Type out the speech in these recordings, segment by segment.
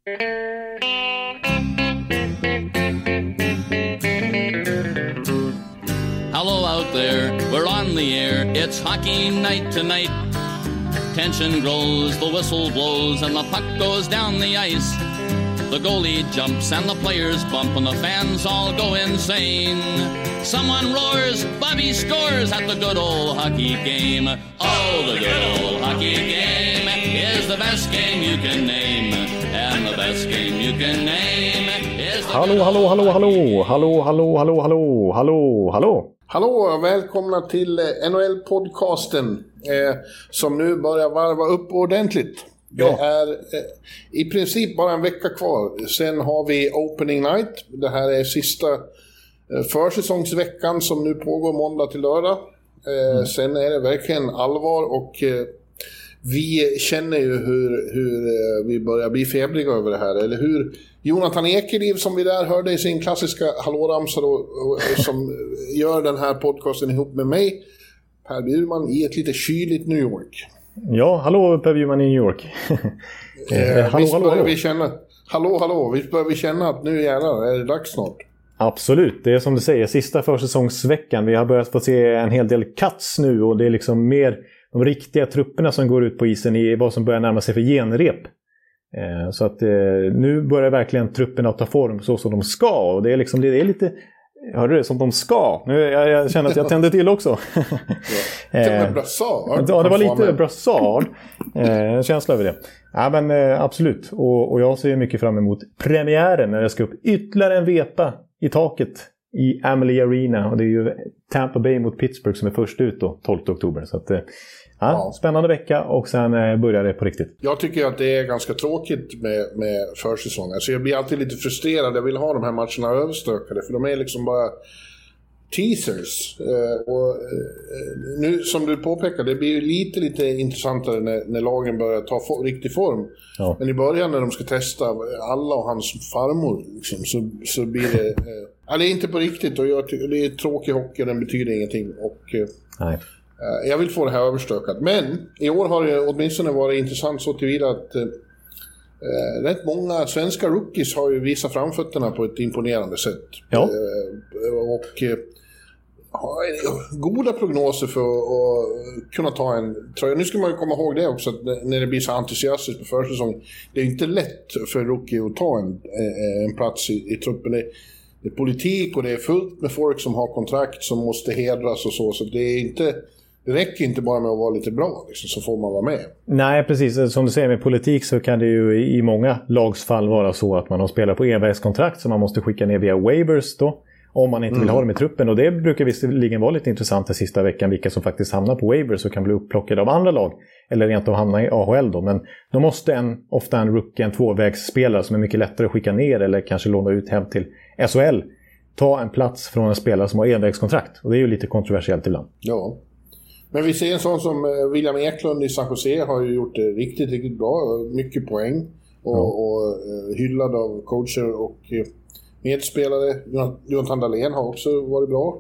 Hello out there, we're on the air, it's hockey night tonight. Tension grows, the whistle blows, and the puck goes down the ice. The goalie jumps and the players bump and the fans all go insane. Someone roars, Bobby scores at the good old hockey game. Oh, the good old hockey game is the best game you can name. And the best game you can name is the... Hallå, välkomna till NHL-podcasten som nu börjar varva upp ordentligt. Det är i princip bara en vecka kvar. Sen har vi Opening Night. Det här är sista försäsongsveckan som nu pågår måndag till lördag. Sen är det verkligen allvar och vi känner ju hur vi börjar bli febriga över det här. Eller hur Jonathan Ekeliv, som vi där hörde i sin klassiska hallåramsa som gör den här podcasten ihop med mig, Per Bjurman, i ett lite kyligt New York. Ja, hallå Per Bjurman i New York. Visst börjar vi känna... Visst börjar vi känna att nu jävlar är det dags snart. Absolut, det är som du säger, sista försäsongsveckan. Vi har börjat få se en hel del cuts nu och det är liksom mer de riktiga trupperna som går ut på isen i vad som börjar närma sig för genrep. Så att nu börjar verkligen trupperna ta form så som de ska. Och det är liksom, det är lite... Hörde du det? Som de ska. Nu, jag känner att jag tände till också. Brassard. Ja, det var lite brassard. Känsla över det. Ja, men absolut. Och jag ser mycket fram emot premiären när det ska upp ytterligare en vepa i taket i Amalie Arena. Och det är ju Tampa Bay mot Pittsburgh som är först ut då, 12 oktober. Så att, spännande vecka och sen börjar det på riktigt. Jag tycker att det är ganska tråkigt med försäsong. Alltså jag blir alltid lite frustrerad. Jag vill ha de här matcherna överstökade, för de är liksom bara teasers. Nu som du påpekar, det blir ju lite intressantare när lagen börjar ta riktig form. Ja. Men i början när de ska testa alla och hans farmor liksom, så blir det... det är inte på riktigt, och det är tråkig hockey, den betyder ingenting. Och... Nej. Jag vill få det här överstökat. Men i år har det åtminstone varit intressant så tillvida att rätt många svenska rookies har ju visat framfötterna på ett imponerande sätt. Ja. Och har goda prognoser för att kunna ta en tröja. Nu ska man ju komma ihåg det också, att när det blir så entusiastiskt på försäsong, det är inte lätt för en rookie att ta en plats i truppen. Det är politik och det är fullt med folk som har kontrakt som måste hedras och så det är inte... Det räcker inte bara med att vara lite bra, liksom, så får man vara med. Nej, precis. Som du säger med politik så kan det ju i många lagsfall vara så att man har spelat på EVS-kontrakt som man måste skicka ner via waivers då, om man inte vill ha dem i truppen. Och det brukar visserligen vara lite intressant den sista veckan, vilka som faktiskt hamnar på waivers och kan bli upplockade av andra lag. Eller rent att hamna i AHL då. Men då måste ofta en rookie, en tvåvägsspelare som är mycket lättare att skicka ner eller kanske låna ut hem till SHL, ta en plats från en spelare som har envägskontrakt. Och det är ju lite kontroversiellt ibland. Ja. Men vi ser en sån som William Eklund i San Jose har ju gjort det riktigt, riktigt bra. Mycket poäng och hyllad av coacher och medspelare. Jonathan Dahlén har också varit bra.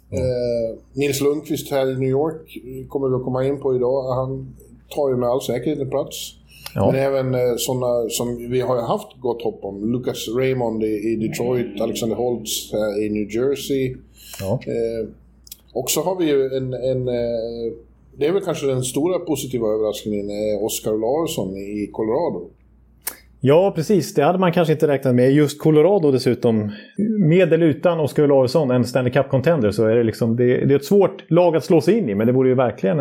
Nils Lundqvist här i New York kommer vi att komma in på idag. Han tar ju med all säkerhet en plats. Ja. Men även sådana som vi har haft gott hopp om. Lucas Raymond i Detroit, Alexander Holtz i New Jersey. Ja. Och så har vi ju det är väl kanske den stora positiva överraskningen, Oskar Olausson i Colorado. Ja, precis. Det hade man kanske inte räknat med. Just Colorado dessutom, med eller utan Oskar Olausson, en Stanley Cup-contender, så är det liksom, det är ett svårt lag att slå sig in i. Men det vore ju verkligen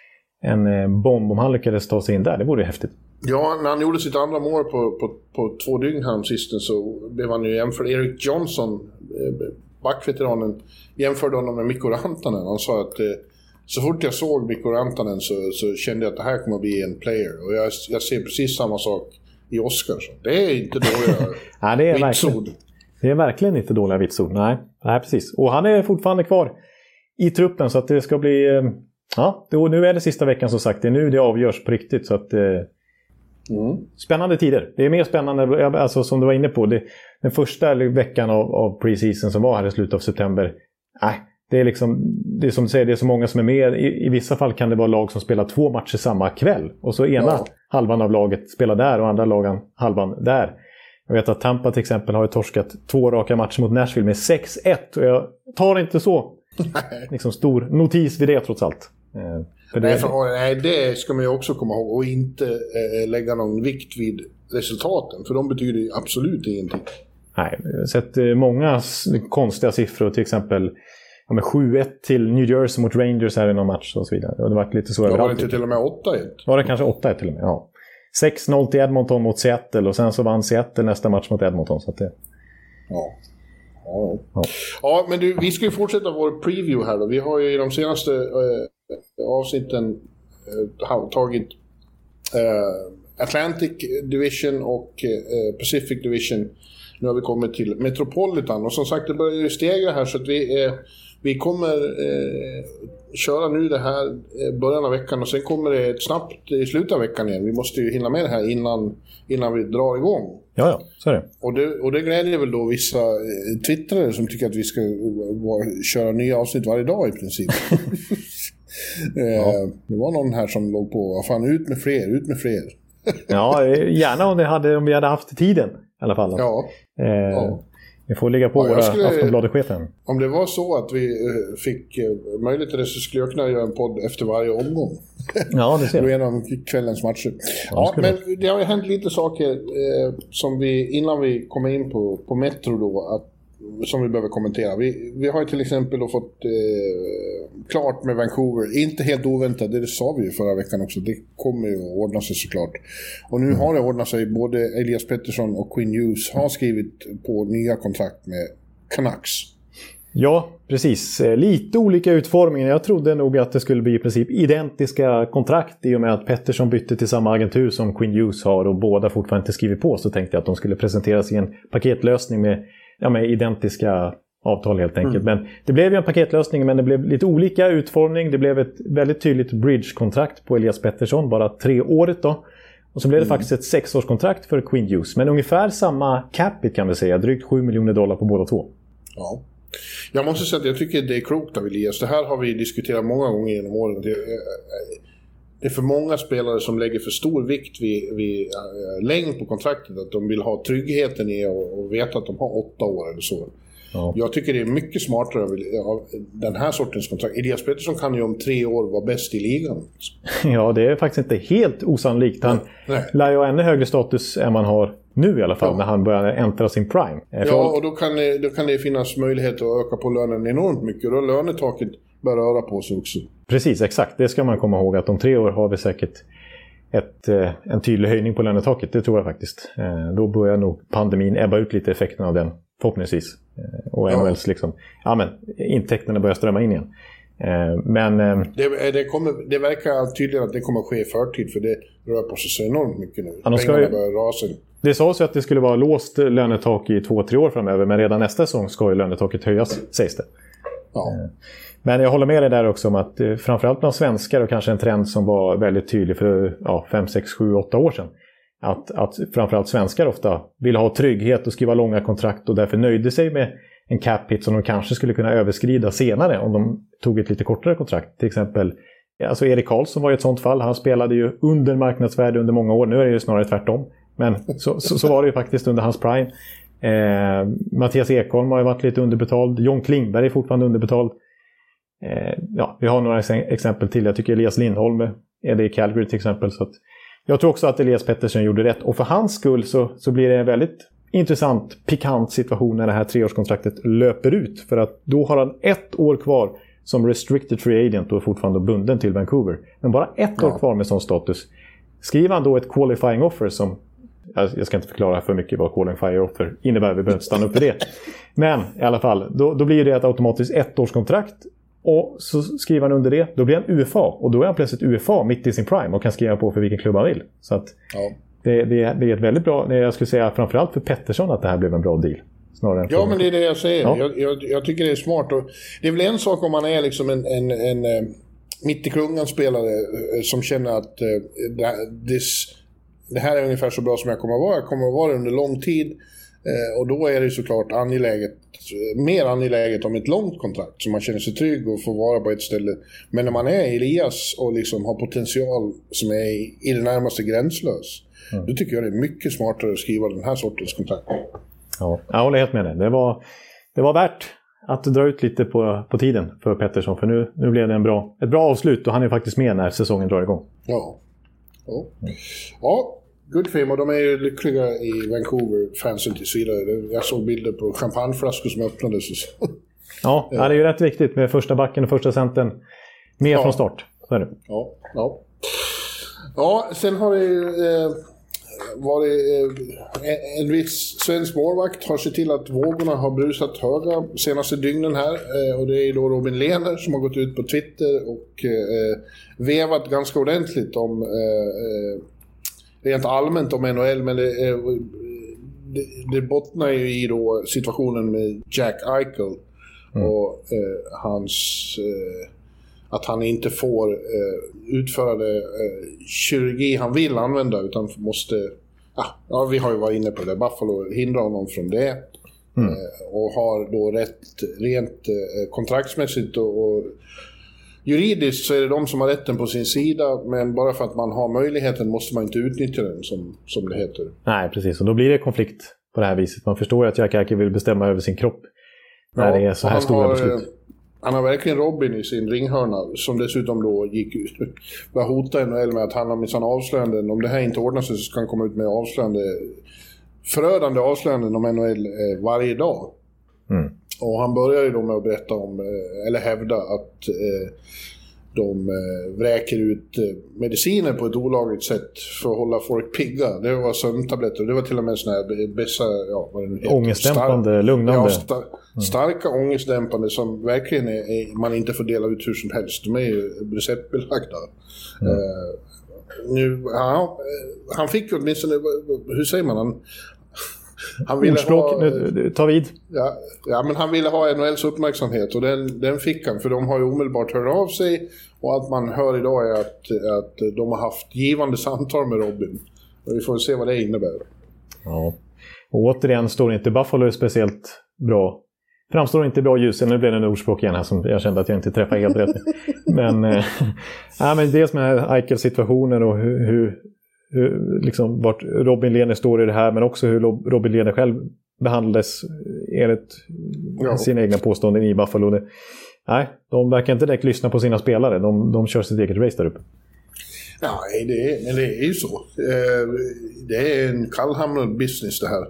en bomb om han lyckades ta sig in där. Det vore ju häftigt. Ja, när han gjorde sitt andra mål på 2 dygn här om sisten, så blev han ju jämförd. Erik Johnson, backveteranen, jämförde honom med Mikko Rantanen. Han sa att så fort jag såg Mikko Rantanen så kände jag att det här kommer att bli en player. Och jag ser precis samma sak i Oskar. Det är inte dåliga vitsord. Det är verkligen inte dåliga vitsord. Nej, precis. Och han är fortfarande kvar i truppen, så att det ska bli... nu är det sista veckan som sagt. Det är nu det avgörs på riktigt, så att... Spännande tider. Det är mer spännande, alltså, som du var inne på. Den första veckan av preseason som var här i slutet av september. det är liksom, det är som du säger, det är så många som är med. I vissa fall kan det vara lag som spelar 2 matcher samma kväll. Och så ena halvan av laget spelar där och andra halvan där. Jag vet att Tampa till exempel har torskat 2 raka matcher mot Nashville med 6-1. Och jag tar inte så liksom stor notis vid det trots allt. Nej, det ska man ju också komma ihåg. Och inte lägga någon vikt vid resultaten. För de betyder ju absolut ingenting. Nej, jag har sett många konstiga siffror. Till exempel 7-1 till New Jersey mot Rangers här i någon match och så vidare. Och det var lite så överallt. Var det inte till och med 8-1? Var det kanske 8-1 till och med, ja. 6-0 till Edmonton mot Seattle och sen så vann Seattle nästa match mot Edmonton. Så att det... Ja, men du, vi ska ju fortsätta vår preview här då. Vi har ju i de senaste avsnitten tagit Atlantic Division och Pacific Division. Nu har vi kommit till Metropolitan och som sagt det börjar ju stegra här så att vi kommer köra nu det här början av veckan och sen kommer det snabbt i slutet av veckan igen. Vi måste ju hinna med det här innan vi drar igång. Ja, så är det. Och det gläder väl då vissa twittrare som tycker att vi ska köra nya avsnitt varje dag i princip. Det var någon här som låg på, fan ut med fler. Ja, gärna om vi hade haft tiden i alla fall. Ja. Vi får ligga på våra Aftonbladet-chefen. Om det var så att vi fick möjlighet till det så skulle jag kunna göra en podd efter varje omgång. Ja, det ser jag. Genom kvällens matcher. Ja, men det har ju hänt lite saker som innan vi kommer in på Metro då, som vi behöver kommentera. Vi har ju till exempel då fått klart med Vancouver. Inte helt oväntat, det sa vi ju förra veckan också. Det kommer ju att ordna sig såklart. Och nu har det ordnat sig. Både Elias Pettersson och Quinn Hughes har skrivit på nya kontrakt med Canucks. Ja, precis. Lite olika utformningar. Jag trodde nog att det skulle bli i princip identiska kontrakt i och med att Pettersson bytte till samma agentur som Quinn Hughes har och båda fortfarande inte skrivit på, så tänkte jag att de skulle presenteras i en paketlösning med identiska avtal helt enkelt. Men det blev ju en paketlösning, men det blev lite olika utformning. Det blev ett väldigt tydligt bridge-kontrakt på Elias Pettersson, bara 3 året då. Och så blev det faktiskt ett 6-årskontrakt för Quinn Hughes. Men ungefär samma capita kan vi säga, drygt $7 miljoner på båda två. Ja. Jag måste säga att jag tycker det är klokt av Elias. Det här har vi diskuterat många gånger genom åren. Det är för många spelare som lägger för stor vikt vid längd på kontraktet. Att de vill ha tryggheten i och veta att de har 8 år eller så. Ja. Jag tycker det är mycket smartare av den här sortens kontrakt. Elias Pettersson kan ju om 3 år vara bäst i ligan. Ja, det är faktiskt inte helt osannolikt. Han lär ju ha ännu högre status än man har nu i alla fall, när han börjar äntra sin prime. Ja, och då kan det finnas möjlighet att öka på lönen enormt mycket. Och då lönetaket bör röra på sig också. Precis, exakt. Det ska man komma ihåg, att om 3 år har vi säkert en tydlig höjning på lönetaket. Det tror jag faktiskt. Då börjar nog pandemin ebba ut lite effekten av den, förhoppningsvis. Och NHLs liksom, intäkterna börjar strömma in igen. Men det verkar tydligt att det kommer att ske i förtid, för det rör på sig så enormt mycket nu. Pengarna börjar rasa. Det sades ju att det skulle vara låst lönetak i 2-3 år framöver, men redan nästa säsong ska ju lönetaket höjas, sägs det. Ja. Men jag håller med dig där också om att framförallt bland svenskar, och kanske en trend som var väldigt tydlig för 5, 6, 7, 8 år sedan, att framförallt svenskar ofta vill ha trygghet och skriva långa kontrakt och därför nöjde sig med en cap hit som de kanske skulle kunna överskrida senare om de tog ett lite kortare kontrakt. Till exempel, alltså Erik Karlsson var ju ett sånt fall. Han spelade ju under marknadsvärde under många år. Nu är det ju snarare tvärtom. Men så var det ju faktiskt under hans prime. Mattias Ekholm har ju varit lite underbetald. John Klingberg är fortfarande underbetald. Vi har några exempel till. Jag tycker Elias Lindholm är det i Calgary till exempel. Så att jag tror också att Elias Pettersson gjorde rätt. Och för hans skull så blir det en väldigt intressant, pikant situation när det här 3-årskontraktet löper ut. För att då har han 1 år kvar som restricted free agent och är fortfarande bunden till Vancouver. Men bara 1 år kvar med sån status. Skriver han då ett qualifying offer som... Jag ska inte förklara för mycket vad qualifying offer innebär. Vi behöver inte stanna upp för det. Men i alla fall, då blir det ett automatiskt 1-årskontrakt. Och så skriver han under det. Då blir han UFA. Och då är han plötsligt UFA mitt i sin prime och kan skriva på för vilken klubb han vill. Så att... Ja. Det är ett väldigt bra, jag skulle säga framförallt för Pettersson, att det här blev en bra deal. Snarare än men det är det jag säger. Ja. Jag tycker det är smart. Och det är väl en sak om man är liksom en mitt i klungan spelare som känner att det här är ungefär så bra som jag kommer att vara. Jag kommer att vara under lång tid. Och då är det såklart mer angeläget om ett långt kontrakt så man känner sig trygg och får vara på ett ställe. Men när man är Elias och liksom har potential som är i det närmaste gränslös, då tycker jag det är mycket smartare att skriva den här sortens kontrakt. Ja, jag håller helt med dig. Det var värt att dra ut lite på tiden för Pettersson, för nu blev det ett bra avslut och han är faktiskt med när säsongen drar igång. Ja, good för him, och de är ju lyckliga i Vancouver, fansen tills vidare. Jag såg bilder på champagneflaskor som öppnades. Ja, det är ju rätt viktigt med första backen och första centern med från start. Så är det. Ja, sen har det varit en viss svensk målvakt har sett till att vågorna har brusat höga senaste dygnen här, och det är då Robin Lehner som har gått ut på Twitter och vevat ganska ordentligt om rent allmänt om NHL, men det bottnar ju i då situationen med Jack Eichel och att han inte får utföra det kirurgi han vill använda, utan måste, vi har ju varit inne på det, Buffalo hindrar honom från det och har då rent kontraktsmässigt och juridiskt så är det de som har rätten på sin sida, men bara för att man har möjligheten måste man inte utnyttja den som det heter. Nej, precis, och då blir det konflikt på det här viset. Man förstår att Jack Eichel vill bestämma över sin kropp när det är så här stora beslut. Han har verkligen Robin i sin ringhörna, som dessutom då gick ut och hotade NHL med att han har med sina avslöjanden. Om det här inte ordnar sig så ska han komma ut med förödande avslöjanden om NHL varje dag. Och han börjar ju då med att berätta om, eller hävda att de vräker ut mediciner på ett olagligt sätt för att hålla folk pigga. Det var sömntabletter, det var till och med såna här vad det nu heter. Ångestdämpande, lugnande. Starka ångestdämpande som verkligen man inte får dela ut hur som helst. De är ju receptbelagda. Han fick åtminstone, hur säger man, han ville ta vid. Ja, men han ville ha NHLs uppmärksamhet och den fick han, för de har ju omedelbart hört av sig, och allt man hör idag är att de har haft givande samtal med Robin. Och vi får se vad det innebär. Ja. Och återigen står inte Buffalo speciellt bra. Framstår inte bra ljus. Nu blev det en ordspråk igen här som jag kände att jag inte träffade helt rätt. Men dels med Eichel-situationer och hur liksom vart Robin Lehner står i det här, men också hur Robin Lehner själv behandlades enligt sina egna påståenden i Buffalo. De verkar inte direkt lyssna på sina spelare. De kör sitt eget race där uppe. Nej, det är ju så. Det är en kallhamrad business det här.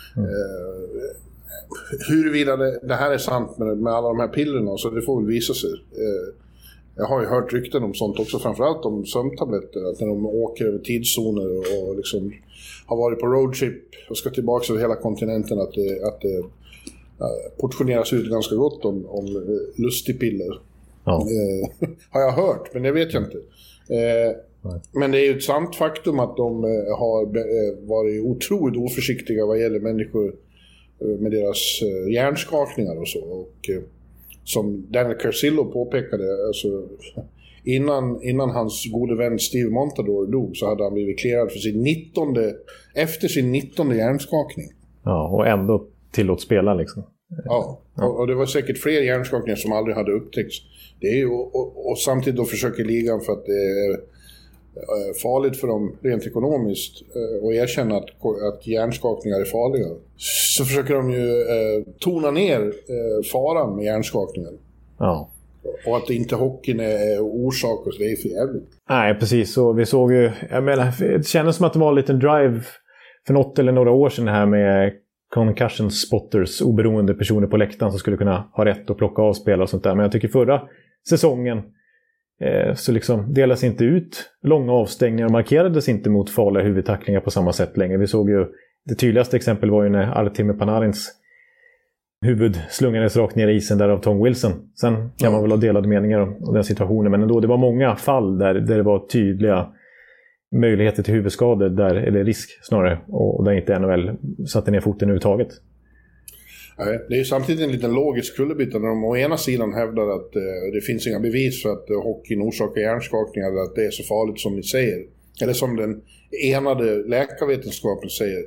Huruvida det här är sant med alla de här pillerna, så det får väl visa sig. Jag har ju hört rykten om sånt också, framförallt om sömntabletter, att när de åker över tidszoner och liksom har varit på roadtrip och ska tillbaka över hela kontinenten, att det portioneras ut ganska gott om lustigpiller. Har jag hört, men det vet jag inte. Men det är ju ett sant faktum att de har varit otroligt oförsiktiga vad gäller människor med deras hjärnskakningar och så. Och som Daniel Carcillo påpekade, alltså, innan hans gode vän Steve Montador dog så hade han blivit klarad för efter sin 19:e hjärnskakning. Ja, och ändå tillåt spela liksom. Ja, och det var säkert fler hjärnskakningar som aldrig hade upptäckts. Det är ju, och samtidigt då försöker ligan, för att det är farligt för dem rent ekonomiskt och erkänna att hjärnskakningar är farliga, så försöker de ju tona ner faran med hjärnskakningar. Ja. Och att inte hockeyn är orsak, och så, det är för jävligt. Nej, precis. Så vi såg ju, jag menar, det kändes som att det var en liten drive för något eller några år sedan här med concussion spotters, oberoende personer på läktaren som skulle kunna ha rätt att plocka av spelare och sånt där. Men jag tycker förra säsongen så liksom delas inte ut långa avstängningar och markerades inte mot farliga huvudtacklingar på samma sätt längre. Vi såg ju, det tydligaste exempel var ju när Artemi Panarins huvud slungades rakt ner i isen där av Tom Wilson. Sen kan man väl ha delade meningar om den situationen, men ändå, det var många fall där det var tydliga möjligheter till huvudskador där, eller risk snarare, och där inte NHL satte ner foten överhuvudtaget. Det är ju samtidigt en liten logisk kullerbytta när de å ena sidan hävdar att det finns inga bevis för att hockeyn orsakar hjärnskakningar, eller att det är så farligt som ni säger, eller som den enade läkarvetenskapen säger.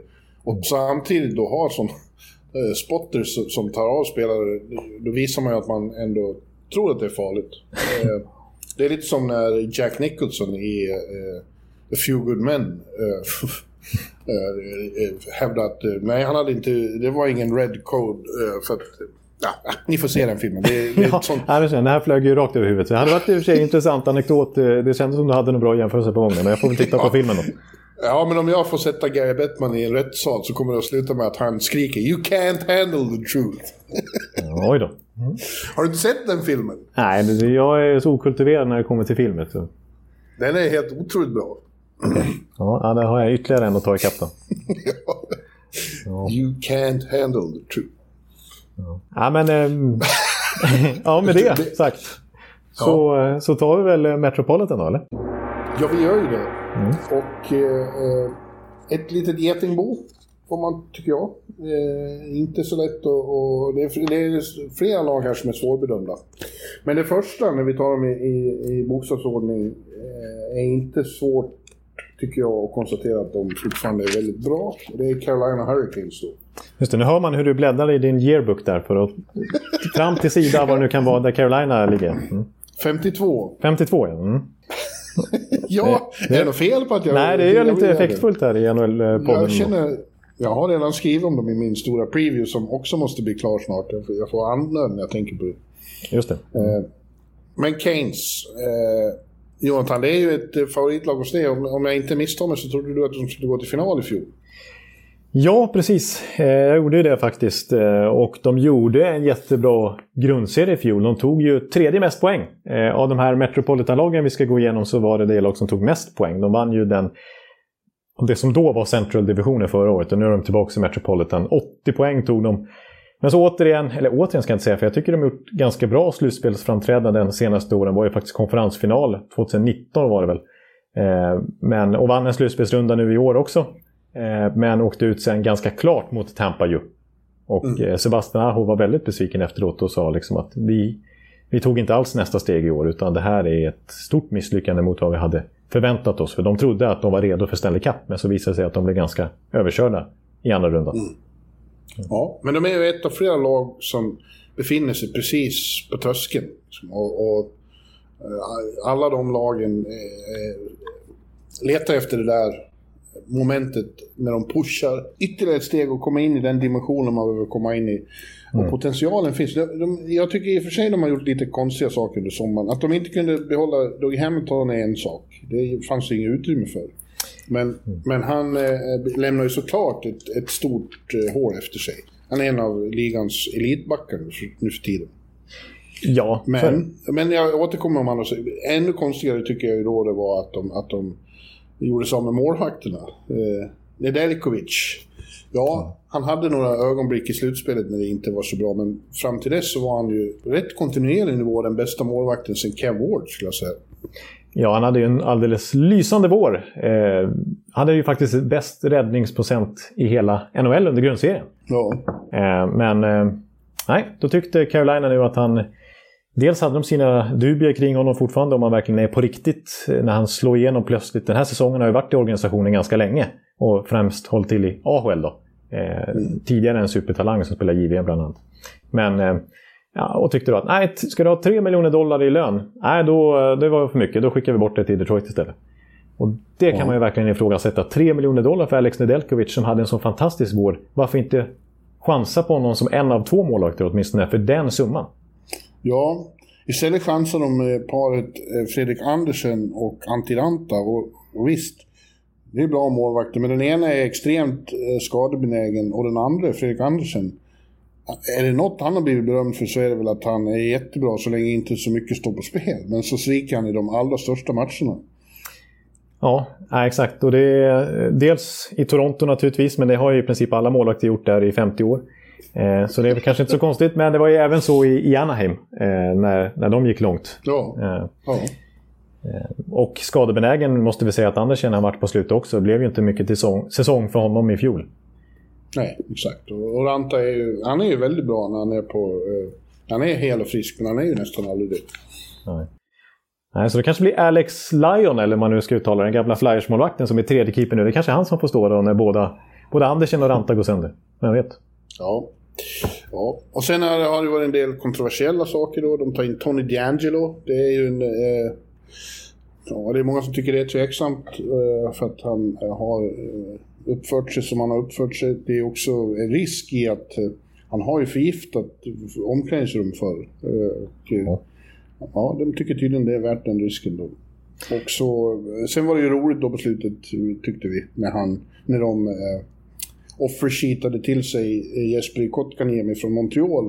Och samtidigt då har sån spotters som tar av spelare, då visar man ju att man ändå tror att det är farligt. Det är lite som när Jack Nicholson i A Few Good Men hävdade att nej, han hade inte, det var ingen red code för att, ni får se den filmen. Det här flög ju rakt över huvudet. Det hade varit i och för sig intressant anekdot. Det kändes som du hade en bra jämförelse på gången, men jag får väl titta på filmen då. Ja, men om jag får sätta Gary Bettman i en rättssal så kommer det att sluta med att han skriker "You can't handle the truth". Oj då. Har du inte sett den filmen? Nej, jag är så okultiverad när det kommer till filmen. Så. Den är helt otroligt bra. Okay. Ja, där har jag ytterligare en att ta i kapp då. Ja. You can't handle the truth. Ja, men ja, med det sagt så tar vi väl Metropolitan då, eller? Ja, vi gör ju det. Och ett litet getingbo får man, tycker jag. Inte så lätt och det är flera lag här som är svårbedömda. Men det första, när vi tar dem i bokstavsordning, är inte svårt, tycker jag, att konstatera att de fortfarande är väldigt bra. Och det är Carolina Hurricanes då. Just det, nu hör man hur du bläddrar i din yearbook där för att fram till sida vad det nu kan vara där Carolina ligger. 52. 52, ja. Ja, det är något fel på att jag... Nej, det är lite effektfullt här i NHL-podden. Jag har redan skrivit om dem i min stora preview som också måste bli klar snart. Jag får andra när jag tänker på det. Just det. Men Canes... Jonathan, det är ju ett favoritlag hos dig. Om jag inte misstar mig så trodde du att de skulle gå till final i fjol. Ja, precis. Jag gjorde det faktiskt. Och de gjorde en jättebra grundserie i fjol. De tog ju 3:e mest poäng. Av de här Metropolitan-lagen vi ska gå igenom så var det lag som tog mest poäng. De vann ju det som då var Central Divisionen förra året. Och nu är de tillbaka i Metropolitan. 80 poäng tog de. Men så återigen ska jag inte säga, för jag tycker de har gjort ganska bra slutspelsframträdanden den senaste åren. Det var ju faktiskt konferensfinal 2019 var det väl. Och vann en slutspelsrunda nu i år också. Men åkte ut sen ganska klart mot Tampa ju. Och Sebastian Aho var väldigt besviken efteråt och sa liksom att vi tog inte alls nästa steg i år, utan det här är ett stort misslyckande mot vad vi hade förväntat oss. För de trodde att de var redo för Stanley Cup, men så visade det sig att de blev ganska överkörda i andra rundan. Ja, men de är ju ett av flera lag som befinner sig precis på tröskeln. Och alla de lagen letar efter det där momentet när de pushar ytterligare ett steg och kommer in i den dimensionen man behöver komma in i. Och potentialen finns. Jag tycker i och för sig de har gjort lite konstiga saker under sommaren. Att de inte kunde behålla Dougie Hamilton är en sak. Det fanns inget utrymme för. Men han lämnar ju såklart ett stort hål efter sig. Han är en av ligans elitbackar nu för tiden. Ja. Men jag återkommer om andra. Ännu konstigare tycker jag ju då det var att de gjorde så med målvakterna. Nedeljkovic. Ja, han hade några ögonblick i slutspelet när det inte var så bra. Men fram till dess så var han ju rätt kontinuerlig nivå den bästa målvakten sen Kev Ward, skulle jag säga. Ja, han hade ju en alldeles lysande vår. Han hade ju faktiskt bäst räddningsprocent i hela NHL under grundserien. Ja. Men nej, då tyckte Carolina nu att han... Dels hade de sina dubier kring honom fortfarande om han verkligen är på riktigt när han slår igenom plötsligt. Den här säsongen har ju varit i organisationen ganska länge och främst hållit till i AHL då. Tidigare en supertalang som spelar JVM bland annat. Men och tyckte då att nej, ska du ha $3 miljoner i lön? Nej, det var för mycket. Då skickar vi bort det till Detroit istället. Och det kan man ju verkligen ifrågasätta. $3 miljoner för Alex Nedeljkovic som hade en sån fantastisk vår. Varför inte chansa på någon som en av 2 målvakter åtminstone för den summan? Ja, istället chansar de paret Fredrik Andersen och Antti Ranta. Och visst, det är bra målvakter. Men den ena är extremt skadebenägen och den andra, Fredrik Andersen. Är det något han har blivit berömd för så är det väl att han är jättebra så länge inte så mycket står på spel. Men så sviker han i de allra största matcherna. Ja, exakt. Och det är dels i Toronto naturligtvis, men det har ju i princip alla målvakter gjort där i 50 år. Så det är kanske inte så konstigt, men det var ju även så i Anaheim när de gick långt. Ja. Och skadebenägen måste vi säga att Andersen har varit på slutet också. Det blev ju inte mycket säsong för honom i fjol. Nej, exakt. Och Ranta han är ju väldigt bra när han är på... han är hel och frisk, men han är ju nästan aldrig det. Nej, så det kanske blir Alex Lyon, eller man nu ska uttala den gamla Flyers-målvakten som är tredje keeper nu. Det är kanske han som får stå då när båda både Andersen och Ranta går sönder. Jag vet. Ja. Och sen har det varit en del kontroversiella saker då. De tar in Tony DeAngelo. Det är ju det är många som tycker det är tveksamt för att han har uppfört sig som han har uppfört sig. Det är också en risk i att han har ju förgiftat omklädningsrum förr. Ja, de tycker tydligen det är värt den risken då. Och så, sen var det ju roligt då på slutet, tyckte vi, när de offersheetade till sig Jesper Kotkaniemi från Montreal.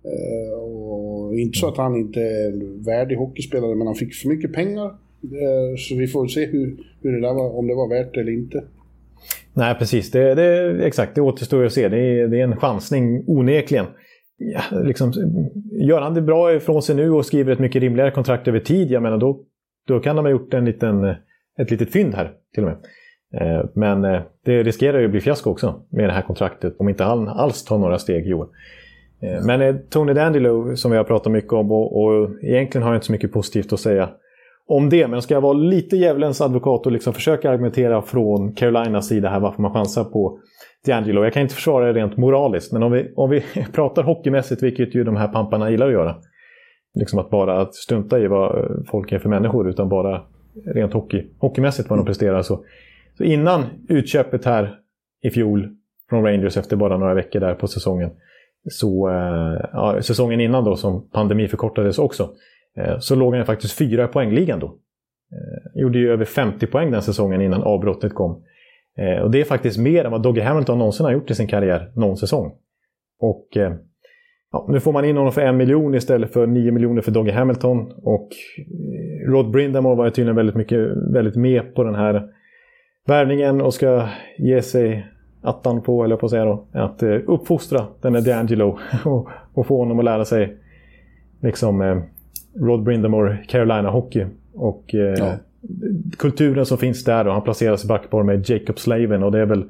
Och inte så att han inte är värdig hockeyspelare, men han fick för mycket pengar. Så vi får se hur det där var, om det var värt eller inte. Nej, precis. Exakt, det återstår att se. Det är en chansning onekligen. Ja, liksom, gör han det bra ifrån sig nu och skriver ett mycket rimligare kontrakt över tid, jag menar, då kan de ha gjort ett litet fynd här till och med. Men det riskerar ju att bli fiasko också med det här kontraktet om inte han alls tar några steg i år. Men Tony DeAngelo, som vi har pratat mycket om, och egentligen har jag inte så mycket positivt att säga om det, men ska jag vara lite djävulens advokat och liksom försöka argumentera från Carolinas sida här varför man chansar på DeAngelo. Jag kan inte försvara det rent moraliskt, men om vi pratar hockeymässigt, vilket ju de här pamparna gillar att göra, liksom att strunta i vad folk är för människor, utan bara rent hockeymässigt vad de presterar. Så innan utköpet här i fjol från Rangers efter bara några veckor där på säsongen, så säsongen innan då som pandemi förkortades också, så låg han faktiskt 4 poängligan då. Gjorde ju över 50 poäng den säsongen innan avbrottet kom. Och det är faktiskt mer än vad Dougie Hamilton någonsin har gjort i sin karriär någon säsong. Och nu får man in honom för 1 miljon istället för 9 miljoner för Dougie Hamilton. Och Rod Brind'Amour var tydligen väldigt med på den här värvningen och ska ge sig attan på, eller på att säga då, att uppfostra den här DeAngelo och få honom att lära sig liksom Rod Brind'Amour Carolina hockey och kulturen som finns där, och han placeras i backpar med Jacob Slavin, och det är väl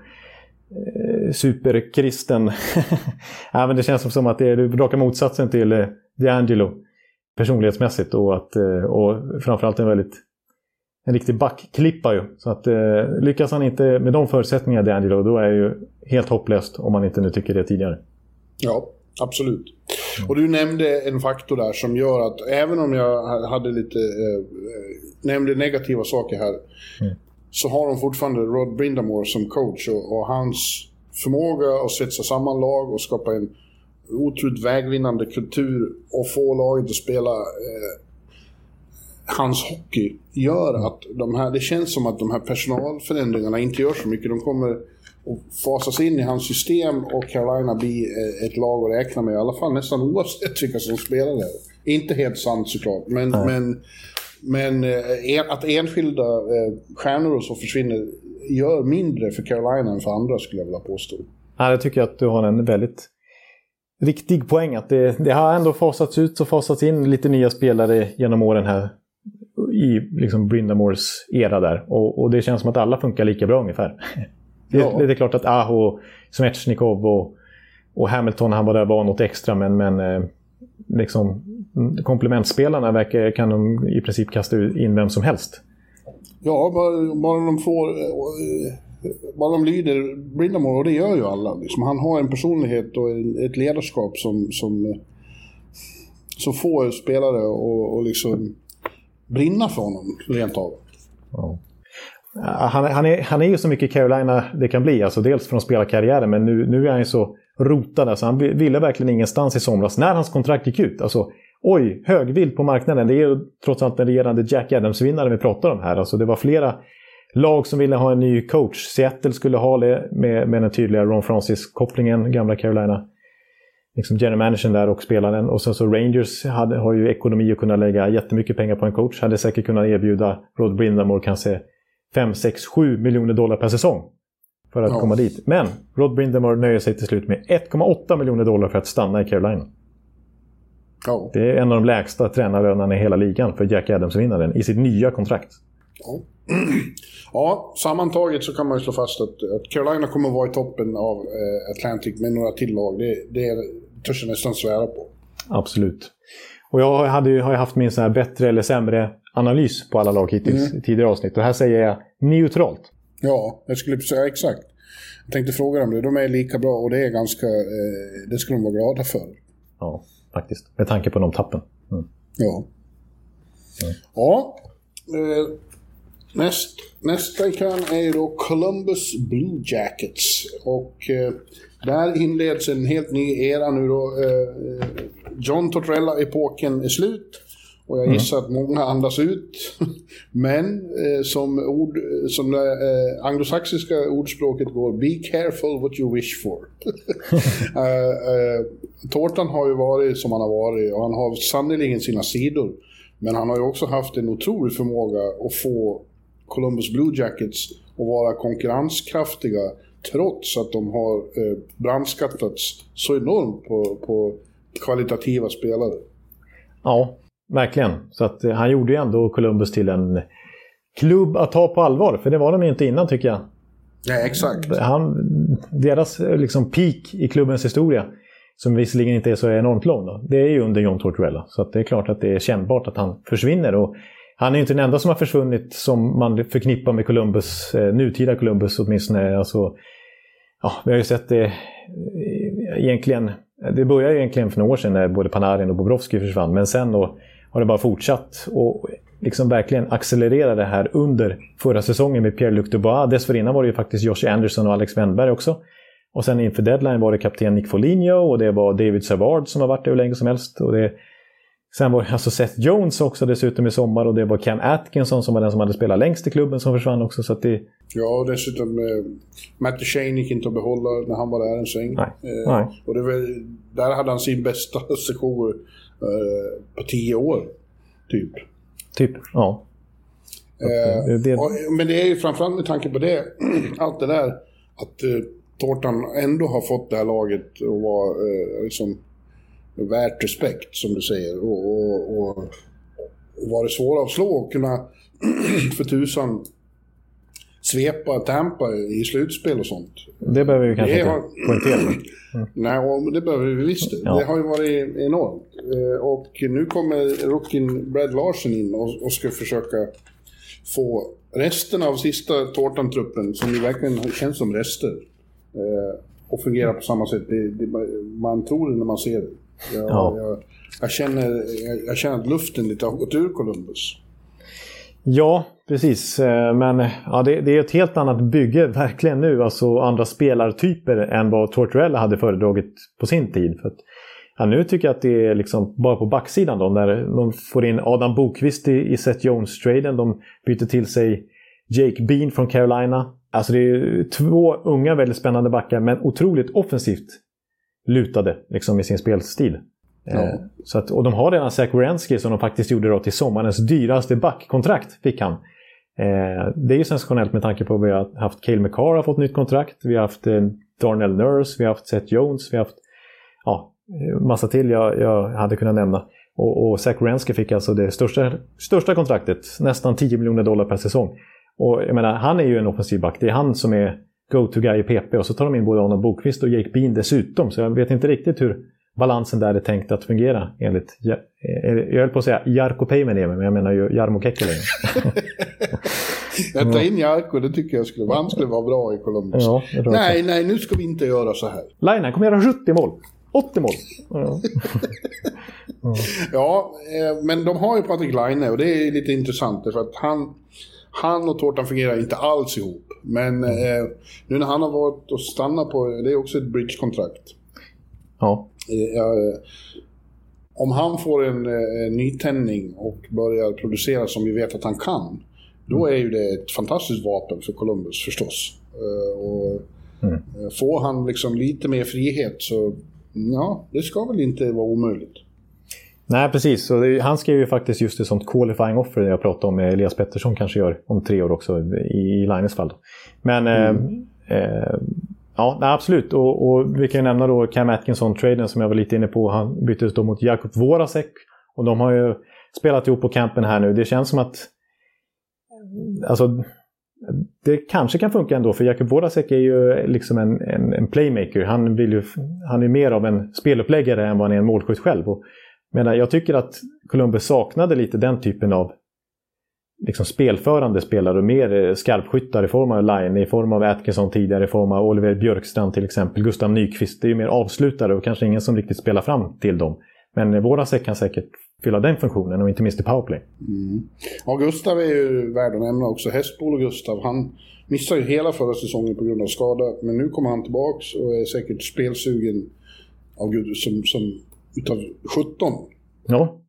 superkristen. Ja, men det känns som att det är raka motsatsen till DeAngelo personlighetsmässigt, och framförallt en riktig backklippa ju. Så att lyckas han inte med de förutsättningarna DeAngelo, då är det ju helt hopplöst, om man inte nu tycker det tidigare. Ja, absolut. Och du nämnde en faktor där som gör att även om jag hade nämnde negativa saker här, så har de fortfarande Rod Brind'Amour som coach, och hans förmåga att sätta samman lag och skapa en otroligt vägvinnande kultur och få laget att spela hans hockey gör att det känns som att de här personalförändringarna inte gör så mycket. De kommer att fasas in i hans system, och Carolina blir ett lag att räkna med, i alla fall nästan oavsett vilka som spelar där. Inte helt sant såklart, men att enskilda stjärnor och så försvinner gör mindre för Carolina än för andra, skulle jag vilja påstå. Ja, jag tycker att du har en väldigt riktig poäng, att det har ändå fasats ut och fasats in lite nya spelare genom åren här i liksom Brind'Amours era där, och det känns som att alla funkar lika bra ungefär. Det är klart att Aho, Svechnikov och Hamilton, han var något extra, men liksom komplementspelarna kan de i princip kasta in vem som helst. Ja, bara de lyder Brind'Amour, och det gör ju alla. Liksom, han har en personlighet och ett ledarskap som får spelare och liksom brinna för honom rent av. Ja. Han är ju så mycket Carolina det kan bli, alltså dels från spelarkarriären, men nu är han ju så rotad, alltså han ville verkligen ingenstans i somras när hans kontrakt gick ut. Alltså, högvild på marknaden. Det är ju trots allt den regerande Jack Adams-vinnaren vi pratar om här. Alltså, det var flera lag som ville ha en ny coach. Seattle skulle ha det med den tydliga Ron Francis-kopplingen, gamla Carolina. Liksom general managern där och spelaren. Och sen så Rangers har ju ekonomi att kunna lägga jättemycket pengar på en coach. Hade säkert kunnat erbjuda Rod Brind'Amour kanske 5, 6, 7 miljoner dollar per säsong för att komma dit. Men Rod Brind'Amour nöjer sig till slut med 1,8 miljoner dollar för att stanna i Carolina. Ja. Det är en av de lägsta tränarlönerna i hela ligan för Jack Adams-vinnaren i sitt nya kontrakt. Ja. Ja, sammantaget så kan man ju slå fast att Carolina kommer att vara i toppen av Atlantic med några till lag. Det törs jag nästan svära på. Absolut. Och jag har ju haft min så här bättre eller sämre analys på alla lag hittills i tidigare avsnitt. Och här säger jag neutralt. Ja, jag skulle säga exakt. Jag tänkte fråga dem det. De är lika bra och det är ganska... det ska de vara glada för. Ja, faktiskt. Med tanke på de tappen. Mm. Ja. Ja. Nästa i kön är ju då Columbus Blue Jackets. Och där inleds en helt ny era nu då. John Tortorella-epoken är slut. Och jag gissar att många andas ut. Men som det anglosaxiska ordspråket går, be careful what you wish for. Tortan har ju varit som han har varit och han har sannoliken sina sidor. Men han har ju också haft en otrolig förmåga att få Columbus Blue Jackets att vara konkurrenskraftiga trots att de har brandskattats så enormt på kvalitativa spelare. Ja, verkligen. Så att han gjorde ju ändå Columbus till en klubb att ta på allvar. För det var de ju inte innan, tycker jag. Ja, exakt. Deras liksom peak i klubbens historia, som visserligen inte är så enormt lång då, det är ju under John Tortorella. Så att det är klart att det är kännbart att han försvinner. Och han är ju inte den enda som har försvunnit som man förknippar med Columbus, nutida Columbus åtminstone. Alltså, ja, vi har ju sett det egentligen. Det började egentligen för några år sedan när både Panarin och Bobrovsky försvann. Men sen då har det bara fortsatt och liksom verkligen accelerera det här under förra säsongen med Pierre-Luc Dubois. Dessförinnan var det ju faktiskt Josh Anderson och Alex Wennberg också. Och sen inför deadline var det kapten Nick Foligno och det var David Savard som har varit det hur länge som helst. Och sen var det alltså Seth Jones också dessutom i sommar och det var Cam Atkinson som var den som hade spelat längst i klubben som försvann också. Så att det... Ja, och dessutom Matt Duchene gick inte att behålla när han var där en sväng. Nej. Och där hade han sin bästa session på 10 år, typ. Ja. Men det är ju framförallt med tanke på det, allt det där, att Tortan ändå har fått det här laget att vara liksom värt respekt, som du säger, och varit svåra att slå och kunna för tusan svepa Tampa i slutspel och sånt. Det behöver vi kanske inte poängtera. Nej, det behöver vi visst. Ja. Det har ju varit enormt. Och nu kommer rookien Brad Larsen in och ska försöka få resten av sista Tortan-truppen, som ju verkligen känns som rester, och fungera på samma sätt. Man tror det när man ser det. Jag känner att luften lite har gått ur Columbus. Ja, precis. Men ja, det är ett helt annat bygge verkligen nu. Alltså andra spelartyper än vad Tortorella hade föredragit på sin tid. För att, ja, nu tycker jag att det är liksom bara på backsidan då, när de får in Adam Bokvist i Seth Jones-traden. De byter till sig Jake Bean från Carolina. Alltså det är 2 unga väldigt spännande backar, men otroligt offensivt lutade liksom i sin spelstil. Ja. Så att, och de har redan Zach Werenski som de faktiskt gjorde då till sommarens dyraste backkontrakt fick han. Det är ju sensationellt med tanke på att vi har haft Cale Makar har fått nytt kontrakt. Vi har haft Darnell Nurse, vi har haft Seth Jones, vi har haft massa till jag hade kunnat nämna. Och Zach Werenski fick alltså det största kontraktet, nästan $10 miljoner per säsong. Och jag menar, han är ju en offensiv back. Det är han som är go-to-guy i PP. Och så tar de in både Adam Bokvist och Jake Bean dessutom. Så jag vet inte riktigt hur balansen där är tänkt att fungera enligt, jag höll på att säga Jarkko Päiväniemi, men jag menar ju Jarmo Kekkonen. Jag tar in Jarkko, det tycker jag skulle vara bra i Columbus. Ja, nej, nu ska vi inte göra så här. Laine kommer göra 70 mål. 80 mål. Ja, men de har ju Patrik Laine och det är lite intressant för att han och Tortan fungerar inte alls ihop. Men nu när han har varit och stannat på, det är också ett bridge-kontrakt. Ja. Om han får en nytändning och börjar producera som vi vet att han kan, då är ju det ett fantastiskt vapen för Columbus förstås. Får han liksom lite mer frihet så ja, det ska väl inte vara omöjligt. Nej, precis. Så han skrev ju faktiskt just ett sånt qualifying offer jag pratade om med Elias Pettersson kanske gör om 3 år också i Laines fall. Men ja, absolut. Och vi kan ju nämna då Cam Atkinson-traden som jag var lite inne på. Han byttes då mot Jakub Voracek. Och de har ju spelat ihop på campen här nu. Det känns som att alltså, det kanske kan funka ändå. För Jakub Voracek är ju liksom en playmaker. Han är mer av en speluppläggare än vad han är en målskytt själv. Och jag tycker att Columbus saknade lite den typen av liksom spelförande spelare och mer skarpskyttar i form av Line, i form av Atkinson tidigare, i form av Oliver Björkstrand till exempel, Gustav Nyqvist. Det är ju mer avslutare och kanske ingen som riktigt spelar fram till dem. Men Voracek kan säkert fylla den funktionen och inte minst i powerplay. Ja, Gustav är ju värd att nämna också. Hästbol och Gustav, han missade ju hela förra säsongen på grund av skada. Men nu kommer han tillbaks och är säkert spelsugen av Gud som utav 17. Ja.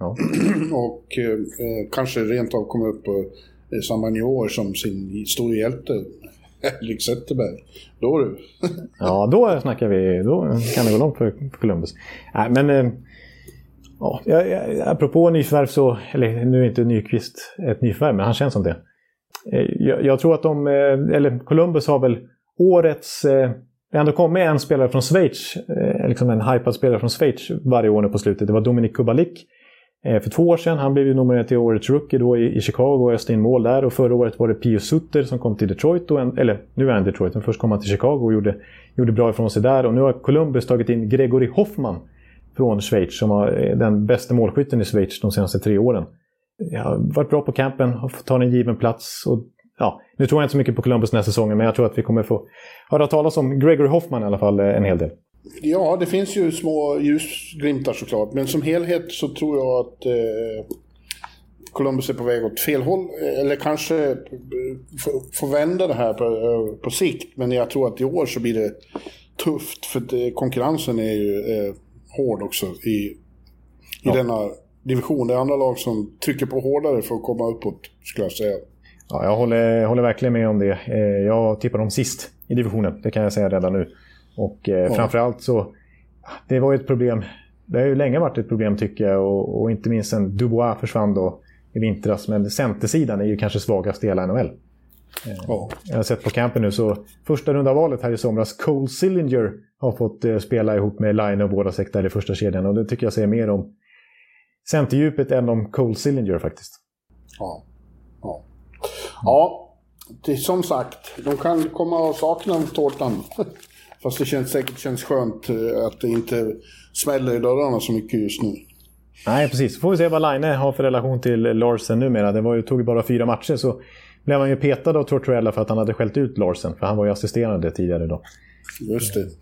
Och kanske rent av kommer upp på samma nivåer som sin stora hjälte Henrik Zetterberg. Då du. Ja, då snackar vi. Då kan det gå långt för Columbus. Nej, men ja, apropå nyförvärv så, eller nu är inte Nyqvist ett nyförvärv, men han känns som det. Jag tror att Columbus har väl årets, det ändå kom med en spelare från Schweiz, liksom en hypad spelare från Schweiz varje år nu på slutet. Det var Dominik Kubalik för 2 år sedan. Han blev ju nominerad till årets rookie då i Chicago och öste in mål där. Och förra året var det Pius Sutter som kom till Detroit. Nu är han Detroit, men först kom han till Chicago och gjorde bra ifrån sig där. Och nu har Columbus tagit in Gregory Hoffman från Schweiz som var den bästa målskytten i Schweiz de senaste 3 åren. Jag har varit bra på campen och fått ta en given plats. Och, ja, nu tror jag inte så mycket på Columbus den här säsongen, men jag tror att vi kommer få höra talas om Gregory Hoffman i alla fall en hel del. Ja, det finns ju små ljusglimtar såklart. Men som helhet så tror jag att Columbus är på väg åt fel håll. Eller kanske får vända det här på sikt. Men jag tror att i år så blir det tufft. För att konkurrensen är ju hård också i denna division. Det är andra lag som trycker på hårdare för att komma uppåt, skulle jag säga. Ja, jag håller verkligen med om det. Jag tippar dem sist i divisionen. Det kan jag säga redan nu. Och framförallt så, det var ju ett problem. Det har ju länge varit ett problem tycker jag. Och inte minst sen Dubois försvann då i vintras. Men centersidan är ju kanske svagast i hela NHL. Jag har sett på campen nu så första runda valet här i somras, Cole Sillinger har fått spela ihop med Line och Voracek där i första kedjan. Och det tycker jag säger mer om centerdjupet än om Cole Sillinger faktiskt. Ja, det är som sagt, de kan komma och sakna tårtan. Fast det känns skönt att det inte smäller i dörrarna så mycket just nu. Nej, precis. Får vi se vad Line har för relation till Larsen numera. Det tog ju bara 4 matcher så blev han ju petad av Tortorella för att han hade skällt ut Larsen. För han var ju assisterande tidigare då. Just det.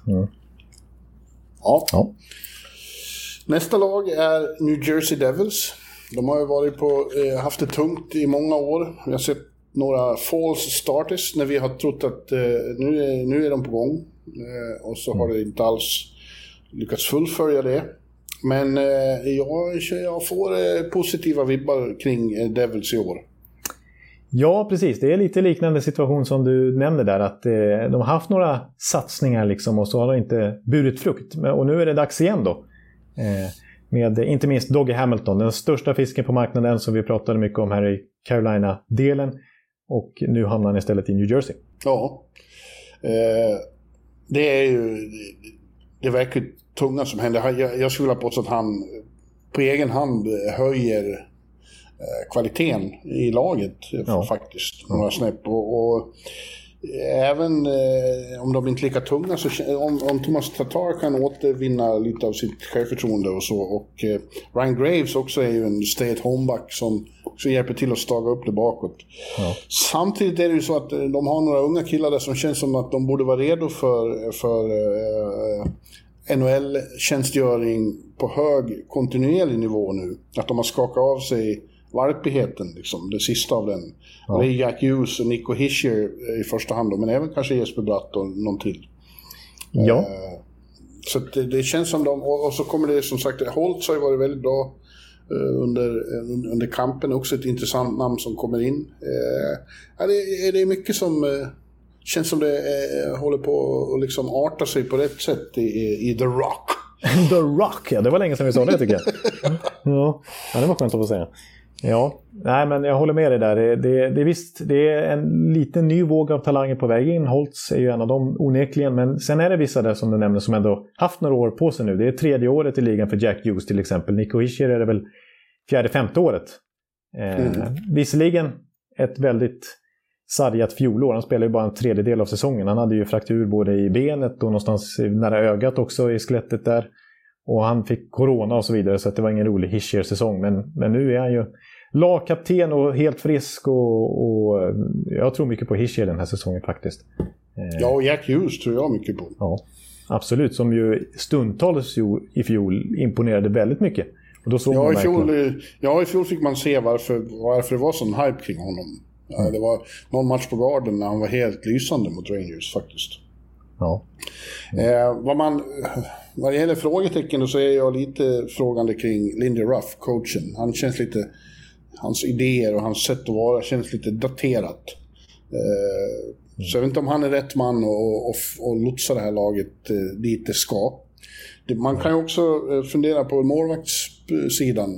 Ja. Nästa lag är New Jersey Devils. De har ju haft det tungt i många år. Vi har sett några false starters när vi har trott att nu är de på gång. Och så har det inte alls lyckats fullfölja det. Men jag får positiva vibbar kring Devils i år. Ja, precis. Det är lite liknande situation som du nämnde där. Att de har haft några satsningar liksom, och så har de inte burit frukt. Och nu är det dags igen då. Med inte minst Dougie Hamilton, den största fisken på marknaden som vi pratade mycket om här i Carolina-delen. Och nu hamnar han istället i New Jersey. Ja, det är ju det verkligt tunga som händer. Jag skulle vilja påstå att han på egen hand höjer kvaliteten i laget faktiskt. Några snäpp. Och även om de inte är lika tunga så om Thomas Tatar kan återvinna lite av sitt självförtroende och så. Och Ryan Graves också är ju en stay-at-home-back som hjälper till att staga upp det bakåt. Ja. Samtidigt är det ju så att de har några unga killar där som känns som att de borde vara redo för NHL-tjänstgöring på hög kontinuerlig nivå nu. Att de har skakat av sig valpigheten, liksom, det sista av den. Ja. Det är Jack Hughes och Nico Hischier i första hand då, men även kanske Jesper Bratt och någon till. Ja. Så det känns som de, och så kommer det som sagt, Holtz har ju varit väldigt bra under kampen, också ett intressant namn som kommer in. Det är mycket som känns som det håller på att liksom arta sig på rätt sätt i The Rock. The Rock, ja, det var länge sedan vi sa det tycker jag. Ja, det var skönt att få säga. Ja, nej men jag håller med dig där. Det är visst, det är en liten ny våg av talanger på väg in. Holtz är ju en av dem onekligen, men sen är det vissa där som du nämnde som ändå haft några år på sig nu. Det är 3:e året i ligan för Jack Hughes till exempel. Nico Hischier är det väl 4:e-5:e året. Visserligen ett väldigt sargat fjolår. Han spelar ju bara en 1/3 av säsongen. Han hade ju fraktur både i benet och någonstans nära ögat också i skelettet där. Och han fick corona och så vidare, så att det var ingen rolig Hischier-säsong. Men nu är han ju lagkapten och helt frisk och jag tror mycket på Hischier den här säsongen faktiskt. Ja, och Jack Hughes tror jag mycket på. Ja, absolut. Som ju stundtals i fjol imponerade väldigt mycket. Och då såg i fjol fick man se varför det var sån hype kring honom. Ja, det var någon match på Garden när han var helt lysande mot Rangers faktiskt. Ja. Vad det gäller frågetecken så är jag lite frågande kring Lindy Ruff, coachen. Han känns lite, hans idéer och hans sätt att vara känns lite daterat. Så jag vet inte om han är rätt man och lotsa det här laget dit det ska. Man kan ju också fundera på målvaktssidan.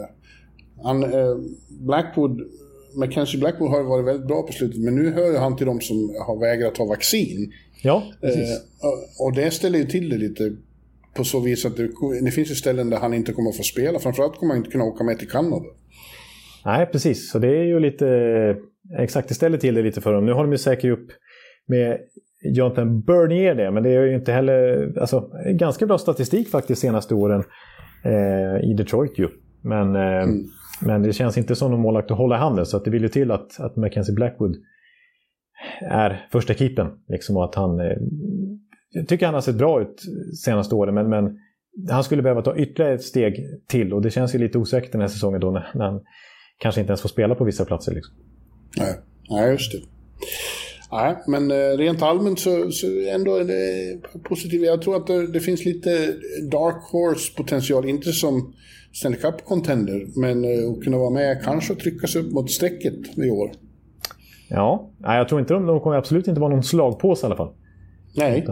Mackenzie Blackwood har varit väldigt bra på slutet, men nu hör han till de som har vägrat ta vaccin. Ja, precis. Och det ställer ju till det lite på så vis att det finns ju ställen där han inte kommer att få spela. Framförallt kommer han inte kunna åka med till Kanada. Nej, precis. Så det är ju lite exakt, det ställer till det lite för dem. Nu har de ju säkert upp med Jonathan Bernier det, men det är ju inte heller ganska bra statistik faktiskt senaste åren i Detroit ju. Men det känns inte som de målakt att hålla i handen, så att det vill ju till att Mackenzie Blackwood är första keepern liksom, och att jag tycker han har sett bra ut senaste åren, men han skulle behöva ta ytterligare ett steg till, och det känns ju lite osäkert den här säsongen då när han kanske inte ens får spela på vissa platser liksom. Nej, just det. Nej, men rent allmänt så ändå är det positivt. Jag tror att det finns lite dark horse potential, inte som Stanley Cup-contender, men att kunna vara med kanske och trycka sig upp mot strecket i år. Ja, jag tror inte de kommer absolut inte vara någon slagpåse i alla fall. Nej.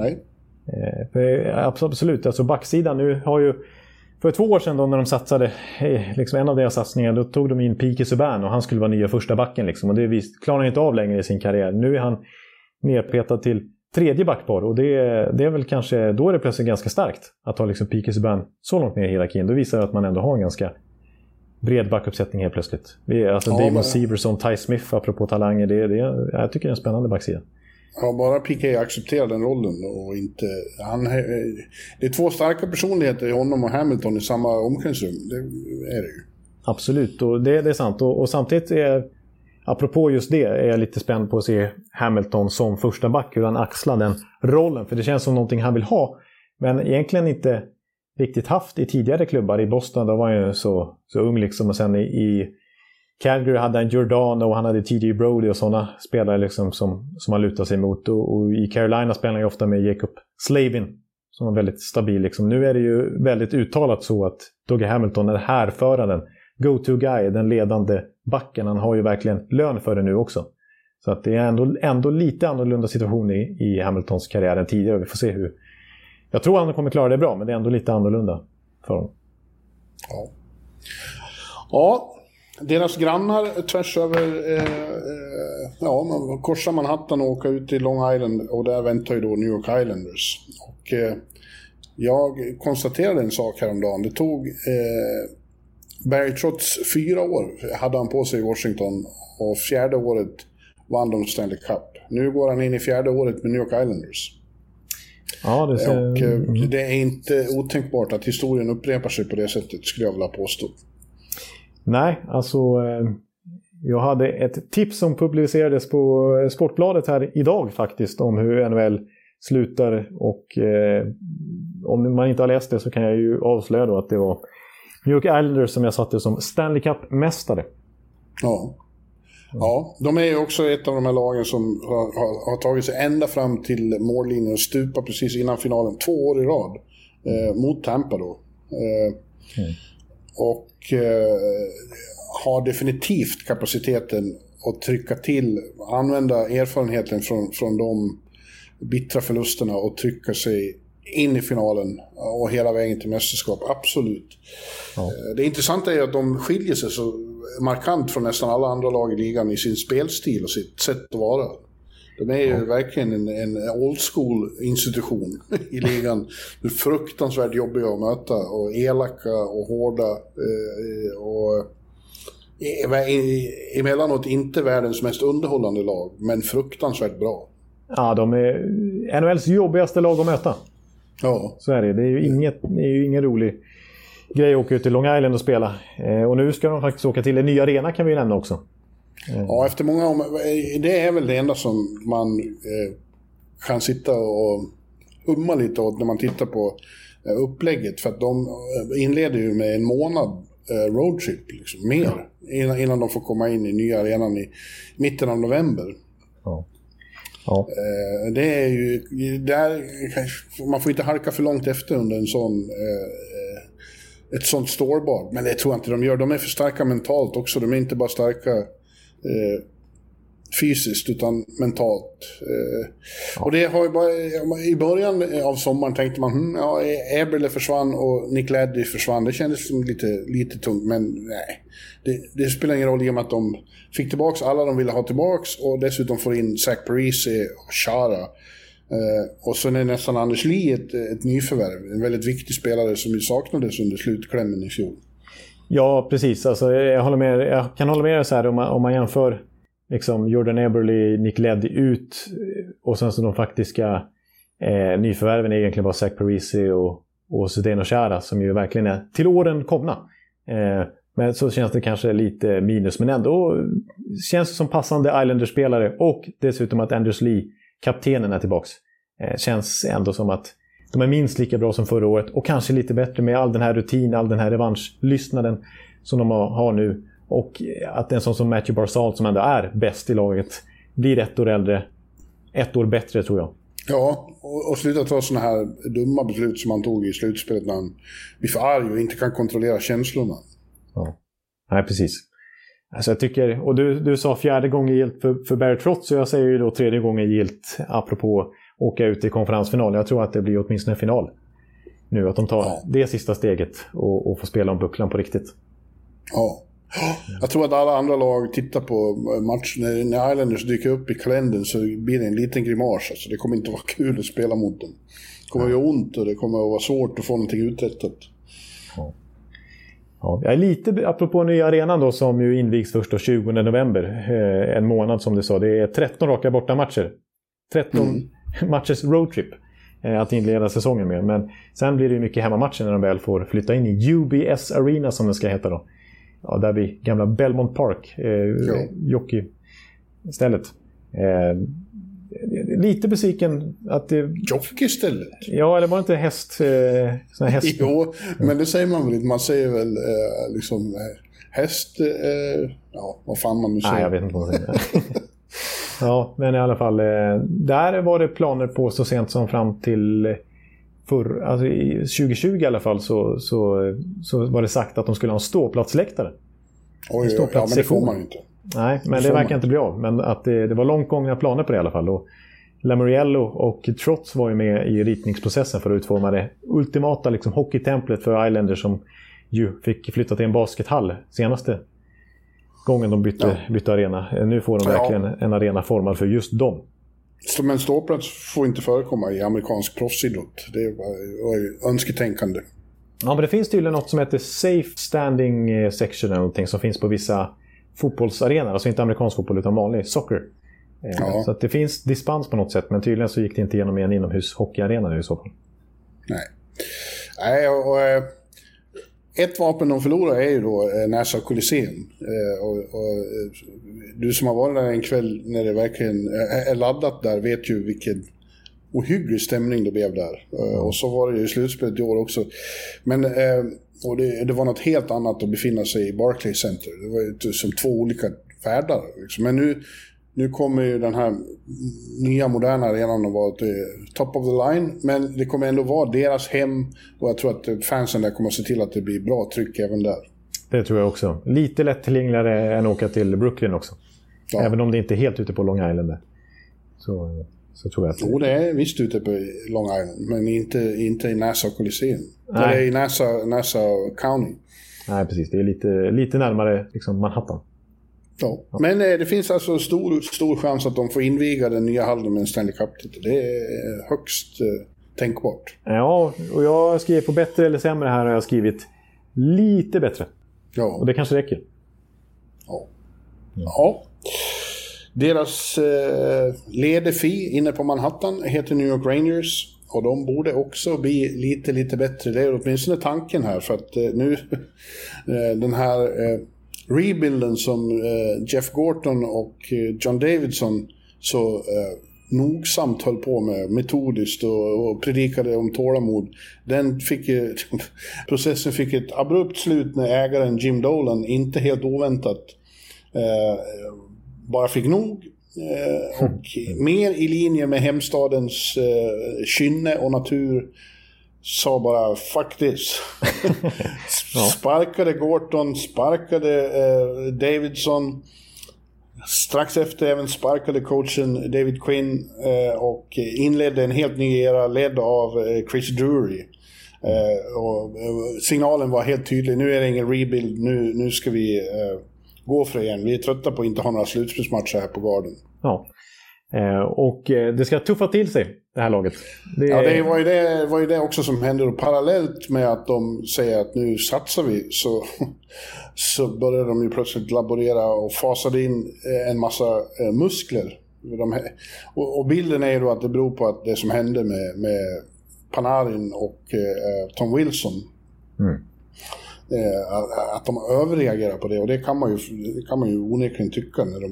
Absolut, alltså backsidan nu har ju för 2 år sedan då, när de satsade liksom en av deras satsningar, då tog de in Piqué Subban och han skulle vara nya första backen liksom, och det klarar han inte av längre i sin karriär. Nu är han nerpetad till 3:e backpar, och det är väl kanske, då är det plötsligt ganska starkt att ha liksom Piqué Subban så långt ner i hierarkin. Då visar det att man ändå har en ganska bred backuppsättning helt plötsligt. Damon Severson, Ty Smith, apropå talanger, jag tycker det är en spännande backsida. Ja, bara Piqué accepterar den rollen och inte... det är 2 starka personligheter i honom och Hamilton i samma omklädningsrum. Det är det ju. Absolut, och det är sant. Och samtidigt apropå just det, är jag lite spänd på att se Hamilton som första back, hur han axlar den rollen. För det känns som någonting han vill ha, men egentligen inte riktigt haft i tidigare klubbar. I Boston då var han ju så ung liksom, och sen i Calgary hade han Giordano och han hade TJ Brody och sådana spelare liksom som han lutar sig mot. Och i Carolina spelar han ju ofta med Jacob Slavin som var väldigt stabil liksom. Nu är det ju väldigt uttalat så att Dougie Hamilton är härföraren, go-to-guy, den ledande backen. Han har ju verkligen lön för det nu också. Så att det är ändå lite annorlunda situation i Hamiltons karriär än tidigare. Vi får se hur... Jag tror han kommer klara det bra, men det är ändå lite annorlunda för honom. Ja. Deras grannar tvärs över korsar Manhattan och åker ut till Long Island, och där väntar ju då New York Islanders. Och jag konstaterade en sak häromdagen. Det tog Barry Trotz 4 år hade han på sig i Washington, och 4:e året vann de Stanley Cup. Nu går han in i 4:e året med New York Islanders. Ja, och det är inte otänkbart att historien upprepar sig på det sättet, skulle jag vilja påstå. Nej, alltså jag hade ett tips som publicerades på Sportbladet här idag faktiskt om hur NHL slutar, och om man inte har läst det så kan jag ju avslöja då att det var New York Islanders som jag satte som Stanley Cup-mästare. Ja, de är ju också ett av de här lagen som har tagit sig ända fram till mållinjen och stupa precis innan finalen 2 år i rad mot Tampa då. Och har definitivt kapaciteten att trycka till, använda erfarenheten från de bittra förlusterna och trycka sig in i finalen och hela vägen till mästerskap, absolut. Ja. Det intressanta är att de skiljer sig så markant från nästan alla andra lag i ligan i sin spelstil och sitt sätt att vara. De är ju verkligen en old school institution i ligan. Det är fruktansvärt jobbiga att möta, och elaka och hårda och emellanåt inte världens mest underhållande lag, men fruktansvärt bra. Ja, de är NHLs jobbigaste lag att möta. Ja. Så är det. Det är ju ingen rolig grej att åka ut till Long Island och spela. Och nu ska de faktiskt åka till en ny arena, kan vi ju nämna också. Ja, efter många år, det är väl det enda som man kan sitta och humma lite åt när man tittar på upplägget. För att de inleder ju med en månad roadtrip liksom, mer innan de får komma in i nya arenan i mitten av november. Ja. Ja. Det är ju där, man får inte halka för långt efter under en sån ett sånt stålbad, men det tror jag inte de gör. De är för starka mentalt också. De är inte bara starka fysiskt utan mentalt. Och det har ju bara, i början av sommaren tänkte man Eberle försvann och Nick Leddy försvann. Det kändes som lite tungt, men nej. Det spelar ingen roll i och med att de fick tillbaks alla de ville ha tillbaks och dessutom får in Zach Parise och Chara. Och så är nästan Anders Lee ett nyförvärv. En väldigt viktig spelare som ju saknades under slutklämmen i fjol. Ja, precis. Alltså, jag kan hålla med så här om man jämför liksom Jordan Eberle, Nick Leddy ut och sen så de faktiska nyförvärven är egentligen bara Zach Parise och Zdeno Chara som ju verkligen är till åren komna. Men så känns det kanske lite minus, men ändå känns det som passande Islanders-spelare och dessutom att Anders Lee, kaptenen, är tillbaks. Känns ändå som att de är minst lika bra som förra året och kanske lite bättre med all den här rutin, all den här revanschlyssnaden som de har nu. Och att en sån som Matthew Barzal som ändå är bäst i laget blir ett år äldre, ett år bättre tror jag. Ja, och sluta ta såna här dumma beslut som han tog i slutspelet när han blir för arg och inte kan kontrollera känslorna. Ja, nej precis. Alltså jag tycker, och du sa 4:e gången gilt för Barry Trotz, så jag säger ju då 3:e gången gilt apropå åka ut i konferensfinal. Jag tror att det blir åtminstone en final nu, att de tar det sista steget och får spela om bucklan på riktigt. Ja. Jag tror att alla andra lag tittar på match när Islanders dyker upp i kalendern, så blir det en liten grimas. Alltså, det kommer inte vara kul att spela mot dem. Det kommer att göra ont och det kommer att vara svårt att få någonting uträttat. Ja, jag är lite, apropå nya arenan då, som ju invigs först då 20 november. En månad som du sa. Det är 13 raka bortamatcher. 13 matchers roadtrip att inleda säsongen med. Men sen blir det ju mycket hemmamatcher när de väl får flytta in i UBS Arena som det ska heta då. Ja, där vid gamla Belmont Park, jockey-stället. Lite besviken att det... Jockey-stället? Ja, eller var det inte häst... sån här häst... Jo, men det säger man väl inte. Man säger väl liksom häst... ja, vad fan man nu säger. Nej, jag vet inte vad man säger. Ja, men i alla fall... där var det planer på så sent som fram till... alltså i 2020 i alla fall så var det sagt att de skulle ha en ståplatsläktare. Oj, ja, men det får man inte. Nej, men det verkar inte bli av. Men att det var långt gångna planer på det i alla fall. Och Lamoriello och Trotz var ju med i ritningsprocessen för att utforma det ultimata liksom, hockeytemplet för Islanders som ju fick flytta till en baskethall senaste gången de bytte arena. Nu får de verkligen en arena formad för just dem. Men ståplats får inte förekomma i amerikansk proffsidrott. Det var önsketänkande. Ja, men det finns tydligen något som heter Safe Standing Section eller någonting som finns på vissa fotbollsarenor. Alltså inte amerikansk fotboll utan vanlig soccer. Så att det finns dispens på något sätt, men tydligen så gick det inte igenom en inomhushockeyarena i så fall. Nej, och ett vapen de förlorar är ju då Nassau Coliseum. Och du som har varit där en kväll när det verkligen är laddat där vet ju vilken ohygglig stämning det blev där. Och så var det ju i slutspelet i år också. Men och det var något helt annat att befinna sig i Barclays Center. Det var ju som två olika världar. Liksom. Men nu kommer ju den här nya moderna arenan att vara top of the line. Men det kommer ändå vara deras hem. Och jag tror att fansen där kommer att se till att det blir bra tryck även där. Det tror jag också. Lite lätt tillgängligare än att åka till Brooklyn också. Ja. Även om det inte är helt ute på Long Island där. Så tror jag att... Jo, det är visst ute på Long Island. Men inte i Nassau Coliseum. Det är i Nassau County. Nej, precis. Det är lite närmare liksom Manhattan. Ja. Men det finns alltså stor chans att de får inviga den nya hallen med en Stanley Cup-titel. Det är högst tänkbart. Ja, och jag skriver på bättre eller sämre här har jag skrivit lite bättre. Ja. Och det kanske räcker. Ja. Deras ledefi inne på Manhattan heter New York Rangers. Och de borde också bli lite bättre. Det är åtminstone tanken här. För att nu den här rebuilden som Jeff Gorton och John Davidson så nogsamt höll på med, metodiskt och predikade om tålamod. Processen fick ett abrupt slut när ägaren Jim Dolan, inte helt oväntat, bara fick nog. Och mer i linje med hemstadens kynne och natur sa bara fuck this. Sparkade Gorton, sparkade Davidson, strax efter även sparkade coachen David Quinn och inledde en helt ny era ledd av Chris Drury. Och signalen var helt tydlig, nu är det ingen rebuild, nu ska vi gå för igen. Vi är trötta på att inte ha några slutspelsmatcher här på Garden. Ja. Och det ska tuffa till sig, det här laget. Ja, det var ju det också som hände. Och parallellt med att de säger att nu satsar vi, så började de ju plötsligt laborera och fasade in en massa muskler. Och bilden är ju då att det beror på att det som hände med Panarin och Tom Wilson. Att de överreagerar på det, och det kan man ju onekligen tycka när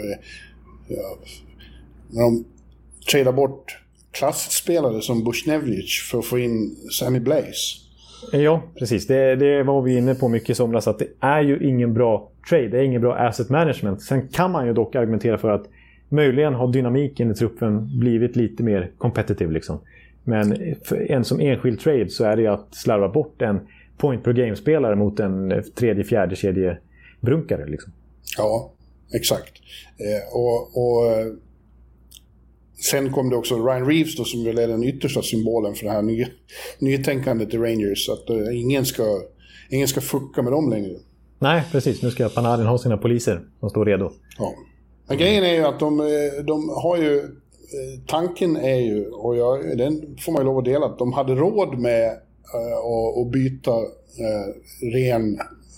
de tradar bort klassspelare som Buchnevich för att få in Sammy Blais. Ja, precis. Det var vi inne på mycket i somras, att det är ju ingen bra trade, det är ingen bra asset management. Sen kan man ju dock argumentera för att möjligen har dynamiken i truppen blivit lite mer competitive liksom. Men som enskild trade så är det ju att slarva bort en point per game-spelare mot en tredje-fjärde kedjebrunkare liksom. Ja, exakt. Och sen kom det också Ryan Reeves då, som väl är den yttersta symbolen för det här nytänkandet i Rangers, att ingen ska fucka med dem längre. Nej, precis. Nu ska Panarin ha sina poliser som står redo. Ja. Men grejen är ju att de har ju, tanken är ju, och den får man ju lov att dela, att de hade råd med att byta ren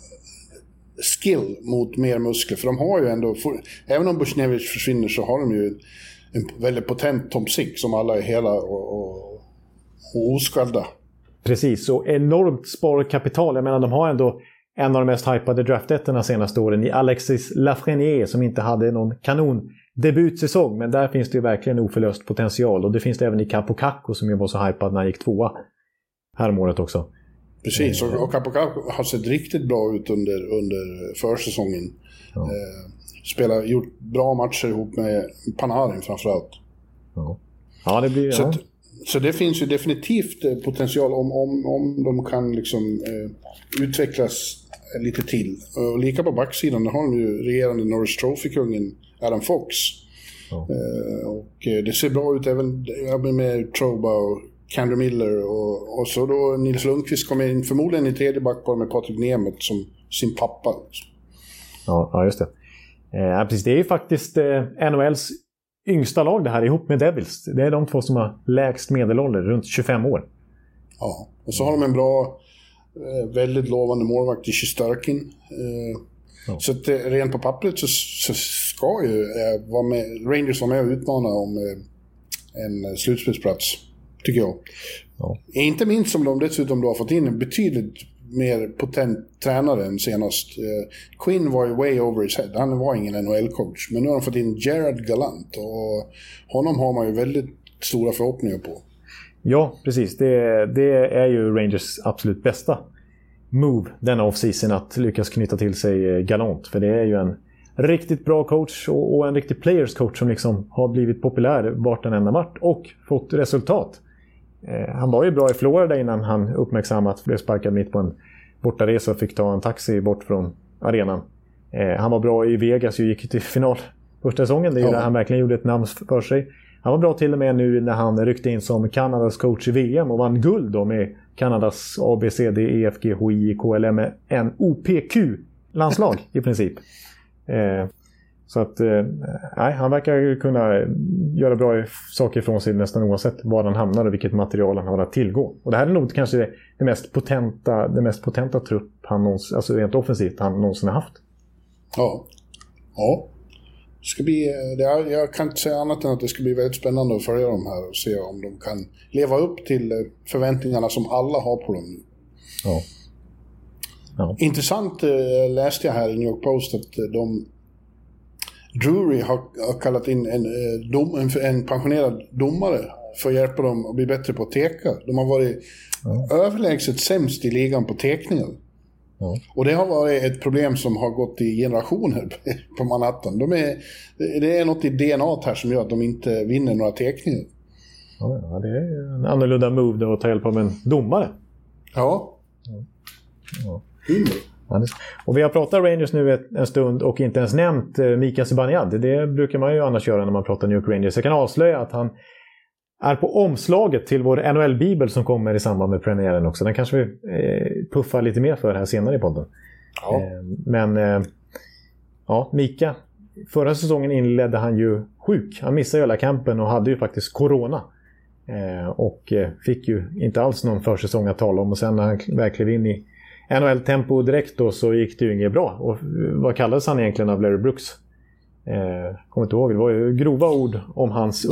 skill mot mer muskler. För de har ju ändå, även om Buchnevich försvinner, så har de ju en väldigt potent top 6 som alla är hela och oskadda. Precis, och enormt sparkapital. Jag menar, de har ändå en av de mest hypade draftetterna senaste åren i Alexis Lafreniere, som inte hade någon kanon debutsäsong, men där finns det ju verkligen oförlöst potential, och det finns det även i Kaapo Kakko som ju var så hypad när han gick 2 här om året också. Precis, och Kaapo Kakko har sett riktigt bra ut under försäsongen. Ja. Gjort bra matcher ihop med Panarin framförallt. Ja, det blir så det finns ju definitivt potential om de kan liksom utvecklas lite till. Och lika på backsidan, där har de ju regerande Norris Trophy-kungen Adam Fox. Ja. Och det ser bra ut även med Trouba och Kandre Miller och så då Nils Lundqvist kommer in förmodligen i tredje backpar med Patrik Nemeth som sin pappa. Ja, just det. Precis, det är ju faktiskt NHLs yngsta lag det här ihop med Devils. Det är de två som har lägst medelålder, runt 25 år. Ja, och så har de en bra, väldigt lovande målvakt i Shesterkin. Så att rent på pappret så ska ju Rangers vara med och utmana om en slutspelsplats, tycker jag. Ja. Inte minst som de dessutom då har fått in en betydligt mer potent tränare än senast. Quinn var ju way over his head. Han var ingen NHL-coach. Men nu har de fått in Gerard Gallant, och honom har man ju väldigt stora förhoppningar på. Ja, precis. Det är ju Rangers absolut bästa move denna offseason, att lyckas knyta till sig Gallant. För det är ju en riktigt bra coach och en riktig players coach som liksom har blivit populär vart den enda vart och fått resultat. Han var ju bra i Florida innan han uppmärksammat, blev sparkad mitt på en bortaresa och fick ta en taxi bort från arenan. Han var bra i Vegas och gick till final första säsongen. Det är ju där han verkligen gjorde ett namn för sig. Han var bra till och med nu när han ryckte in som Kanadas coach i VM och vann guld då med Kanadas ABCD, EFG, HI, KLM, en OPQ-landslag i princip. Så att han verkar kunna göra bra saker från sig nästan oavsett var han hamnar och vilket material han har att tillgå. Och det här är nog kanske det mest potenta trupp han alltså rent offensivt han någonsin har haft. Ja. ska bli, jag kan inte säga annat än att det ska bli väldigt spännande att följa dem här och se om de kan leva upp till förväntningarna som alla har på dem nu. Ja. Ja. Intressant läste jag här i New York Post att Drury har kallat in en pensionerad domare för att hjälpa dem att bli bättre på att teka. De har varit överlägset sämst i ligan på tekningar. Ja. Och det har varit ett problem som har gått i generationer på Manhattan. Det är något i DNA här som gör att de inte vinner några tekningar. Ja, det är en annorlunda move då att ta hjälp av en domare. Ja. Ja. Och vi har pratat Rangers nu en stund och inte ens nämnt Mika Zibanejad. Det brukar man ju annars göra när man pratar New York Rangers. Jag kan avslöja att han är på omslaget till vår NHL-bibel som kommer i samband med premiären också. Den kanske vi puffar lite mer för här senare i podden. Ja. Men Mika, förra säsongen inledde han ju sjuk. Han missade hela campen och hade ju faktiskt corona. Och fick ju inte alls någon försäsong att tala om. Och sen när han verkligen in i NHL-tempo direkt då så gick det ju inget bra. Och vad kallades han egentligen av Larry Brooks? Kommer inte ihåg, det var ju grova ord om hans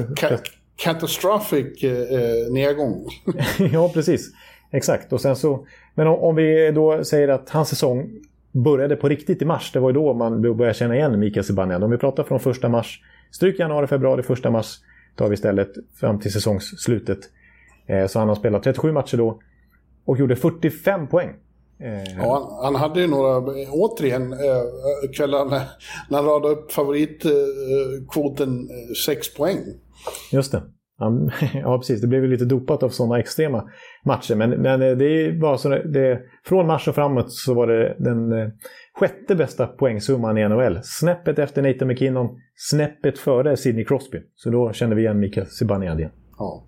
catastrophic nedgång. Ja, precis. Exakt. Och sen så, men om vi då säger att hans säsong började på riktigt i mars, det var ju då man började känna igen Mika Zibanejad. Om vi pratar från 1 mars, stryk januari, februari, 1 mars tar vi istället fram till säsongsslutet. Så han har spelat 37 matcher då och gjorde 45 poäng. Ja, han hade ju några, återigen, kvällar när han radade upp favoritkvoten 6 poäng. Just det. Ja, precis. Det blev ju lite dopat av sådana extrema matcher. Men det var så från mars och framåt så var det den sjätte bästa poängsumman i NHL. Snäppet efter Nathan McKinnon, snäppet före Sidney Crosby. Så då kände vi igen Mika Zibanejad igen.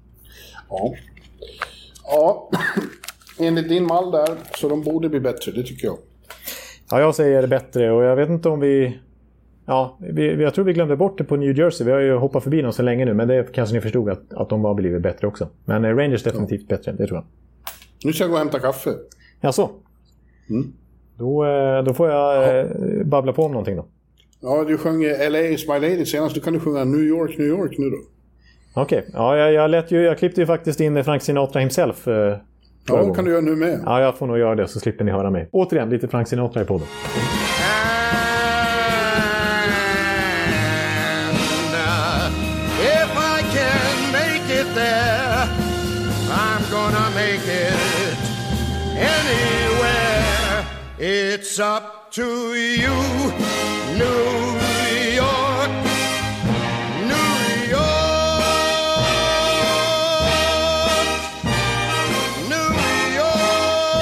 Ja. Enligt din mall där, så de borde bli bättre, det tycker jag. Ja, jag säger bättre och jag vet inte om vi... Ja, jag tror vi glömde bort det på New Jersey. Vi har ju hoppat förbi dem så länge nu, men det kanske ni förstod att de har blivit bättre också. Men Rangers definitivt bättre, det tror jag. Nu ska jag gå och hämta kaffe. Jaså? Då får jag babbla på om någonting då. Ja, du sjöng LA is my lady senast. Du kan du sjunga New York nu då. Okej. Ja, jag klippte ju faktiskt in Frank Sinatra himself. Ja, kan du göra nu med. Ja, jag får nog göra det så slipper ni höra mig. Återigen, lite Frank Sinatra i podden. If I can make it there, I'm gonna make it anywhere. It's up to you, New York, New York, New York.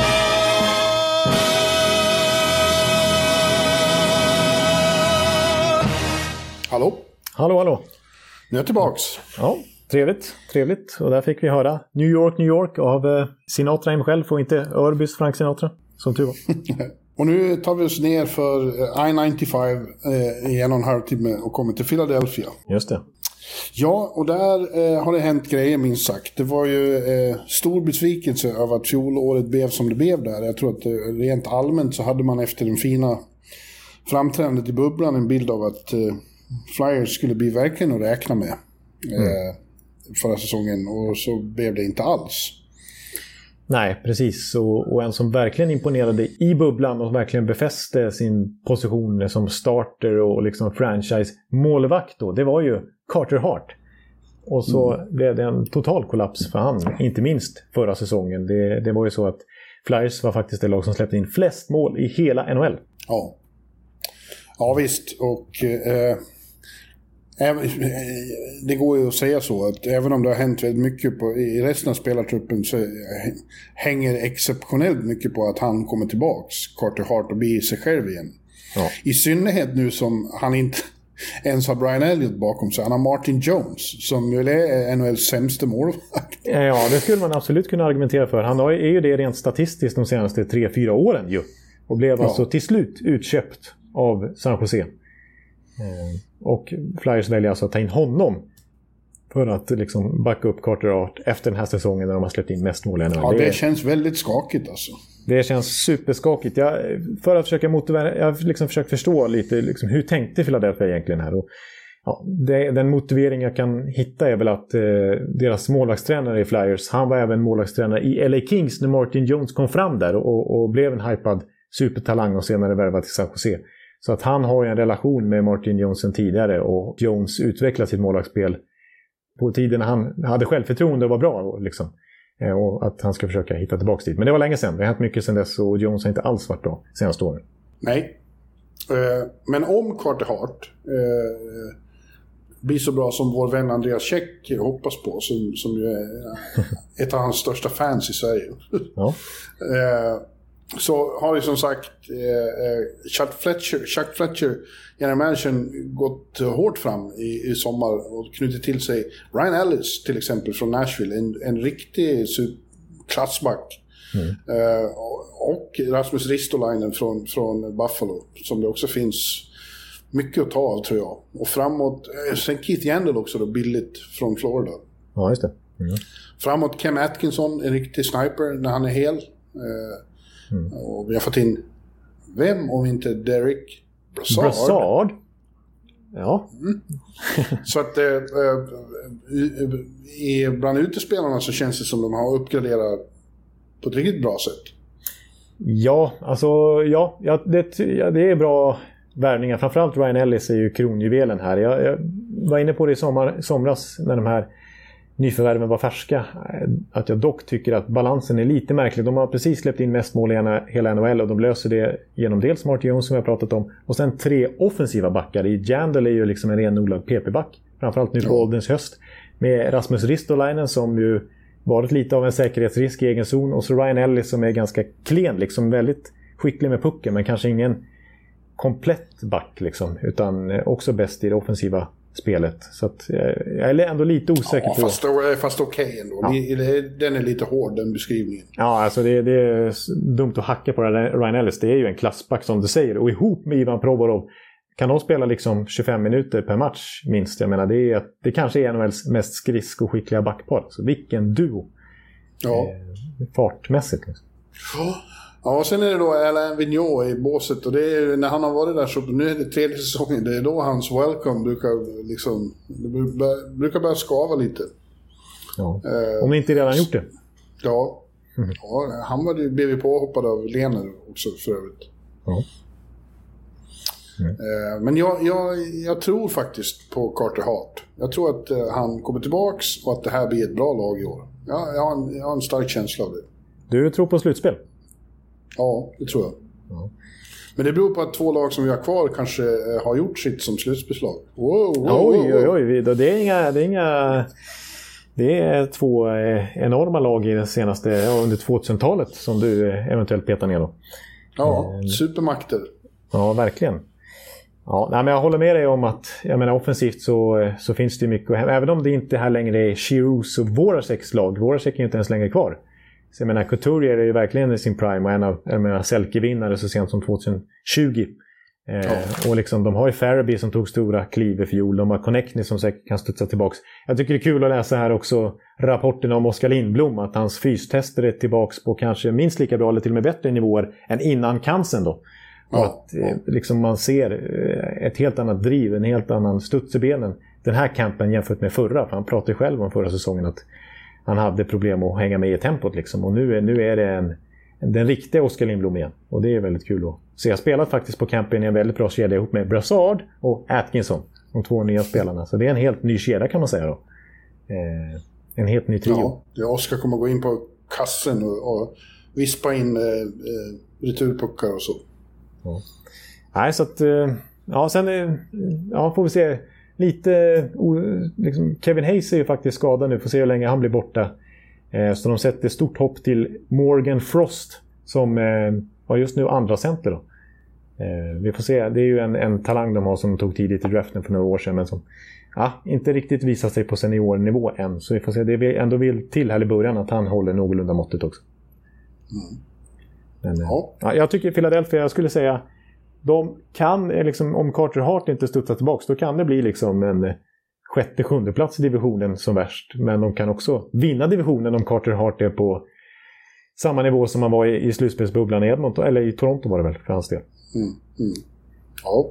Hallå. Nu är jag tillbaks. Ja, trevligt. Och där fick vi höra New York av Sinatra själv och inte Örbys Frank Sinatra, som tur var. Och nu tar vi oss ner för I-95 i 1,5 timme och kommer till Philadelphia. Just det. Ja, och där har det hänt grejer minst sagt. Det var ju stor besvikelse över att fjolåret blev som det blev där. Jag tror att rent allmänt så hade man efter den fina framträdandet i bubblan en bild av att Flyers skulle bli verkligen att räkna med förra säsongen, och så blev det inte alls. Nej, precis. Och en som verkligen imponerade i bubblan och verkligen befäste sin position som starter och liksom franchise-målvakt då, det var ju Carter Hart. Och så blev det en total kollaps för han, inte minst förra säsongen. Det var ju så att Flyers var faktiskt det lag som släppte in flest mål i hela NHL. Ja visst, och det går ju att säga så att även om det har hänt väldigt mycket i resten av spelartruppen, så hänger exceptionellt mycket på att han kommer tillbaks, Carter Hart, och blir sig själv igen. Ja. I synnerhet nu som han inte ens har Brian Elliott bakom sig. Han har Martin Jones som ju är NHLs sämsta målvakt. Ja, det skulle man absolut kunna argumentera för. Han är ju det rent statistiskt de senaste 3-4 åren ju. Och blev alltså till slut utköpt av San Jose. Och Flyers väljer alltså att ta in honom för att liksom backa upp Carter Hart efter den här säsongen när de har släppt in mest mål i NHL. Ja, det känns väldigt skakigt alltså. Det känns superskakigt. För att försöka motivera, jag har liksom försökt förstå lite liksom, hur tänkte Philadelphia egentligen här. Och, ja, den motivering jag kan hitta är väl att deras målvaktstränare i Flyers, han var även målvaktstränare i LA Kings när Martin Jones kom fram där och blev en hypad supertalang och senare värvad till San Jose. Så att han har ju en relation med Martin Jones sen tidigare och Jones utvecklade sitt målvaktsspel på tiden när han hade självförtroende och var bra liksom. Och att han ska försöka hitta tillbaka dit. Men det var länge sedan. Det har hänt mycket sedan dess och Jones har inte alls varit bra senaste åren. Nej. Men om Carter Hart blir så bra som vår vän Andreas Käck hoppas på, som ju är ett av hans största fans i Sverige. Ja. Så har ju som sagt Chuck Fletcher general managern gått hårt fram i sommar och knutit till sig Ryan Ellis till exempel från Nashville, en riktig klassback. Och Rasmus Ristolainen från Buffalo, som det också finns mycket att ta av tror jag. Och framåt, sen Keith Yandel också då, billigt från Florida. Ja, just det. Framåt Cam Atkinson, en riktig sniper när han är hel. Och vi har fått in vem om inte Derek Brassard. Ja. Så att bland utespelarna så känns det som de har uppgraderat på ett riktigt bra sätt. Ja, alltså det är bra värvningar. Framförallt Ryan Ellis är ju kronjuvelen här. Jag var inne på det i somras när de här nyförvärven var färska, att jag dock tycker att balansen är lite märklig. De har precis släppt in mest mål i hela NHL och de löser det genom dels Martin Jones som jag pratat om och sen 3 offensiva backar. Jandel är ju liksom en renodlad PP-back, framförallt nu på ålderns höst, med Rasmus Ristolainen som ju varit lite av en säkerhetsrisk i egen zon och så Ryan Ellis som är ganska klen, liksom väldigt skicklig med pucken men kanske ingen komplett back liksom, utan också bäst i det offensiva spelet. Så att jag är ändå lite osäker på... Fast okej ändå. Ja. Den är lite hård, den beskrivningen. Ja, alltså det är dumt att hacka på Ryan Ellis. Det är ju en klassback som du säger. Och ihop med Ivan Provorov kan de spela liksom 25 minuter per match minst. Jag menar, det kanske är NHLs mest skridskoskickliga backpar. Så vilken duo. Ja. Fartmässigt liksom. Ja, och sen är det då Alain Vigneault i båset och det är när han har varit där så nu är det 3:e säsongen, det är då hans welcome brukar börja skava lite. Ja. Om ni inte redan gjort det. Ja. Ja, han blev ju påhoppad av Lener också för övrigt. Ja. Men jag tror faktiskt på Carter Hart. Jag tror att han kommer tillbaks och att det här blir ett bra lag i år. Jag har en stark känsla av det. Du tror på slutspel? Ja, det tror jag. Ja. Men det beror på att 2 lag som vi har kvar kanske har gjort sitt som slutspelslag. Oj. Det är 2 enorma lag i den senaste under 2000-talet som du eventuellt petar ner då. Ja, supermakter. Ja, verkligen. Ja, nej, men jag håller med dig om att jag menar, offensivt så finns det mycket. Även om det inte här längre är Giroux och Voraceks lag. Voracek är ju inte ens längre kvar. Så jag menar, Couturier är ju verkligen i sin prime och en av Selke-vinnare så sent som 2020. Och liksom, de har ju Farabee som tog stora kliv i fjol. De har Konechny som säkert kan studsa tillbaks. Jag tycker det är kul att läsa här också rapporten om Oskar Lindblom. Att hans fystester är tillbaks på kanske minst lika bra eller till och med bättre nivåer än innan cancern då. Och att liksom man ser ett helt annat driv, en helt annan studs i benen den här campen jämfört med förra. För han pratade själv om förra säsongen att han hade problem att hänga med i tempot liksom. Och nu är det den riktiga Oskar Lindblom igen. Och det är väldigt kul att se. Jag spelat faktiskt på campen i en väldigt bra kedja ihop med Brassard och Atkinson. De 2 nya spelarna. Så det är en helt ny kedja kan man säga då. En helt ny trio. Ja, Oskar kommer gå in på kassen och vispa in returpuckar och så. Ja. Nej, så att... Ja, sen får vi se... Lite liksom, Kevin Hayes är ju faktiskt skadad nu. Får se hur länge han blir borta. Så de sätter stort hopp till Morgan Frost som var just nu andra center då. Vi får se. Det är ju en talang de har som tog tidigt i draften för några år sedan men som inte riktigt visar sig på seniornivå än. Så vi får se. Det vi ändå vill till här i början att han håller någorlunda måttet också. Men, jag tycker Philadelphia, jag skulle säga de kan, liksom, om Carter Hart inte studsar tillbaka, då kan det bli liksom en 6:e, 7:e plats i divisionen som värst. Men de kan också vinna divisionen om Carter Hart är på samma nivå som man var i slutspelsbubblan i Edmonton, eller i Toronto var det väl för hans del. Ja.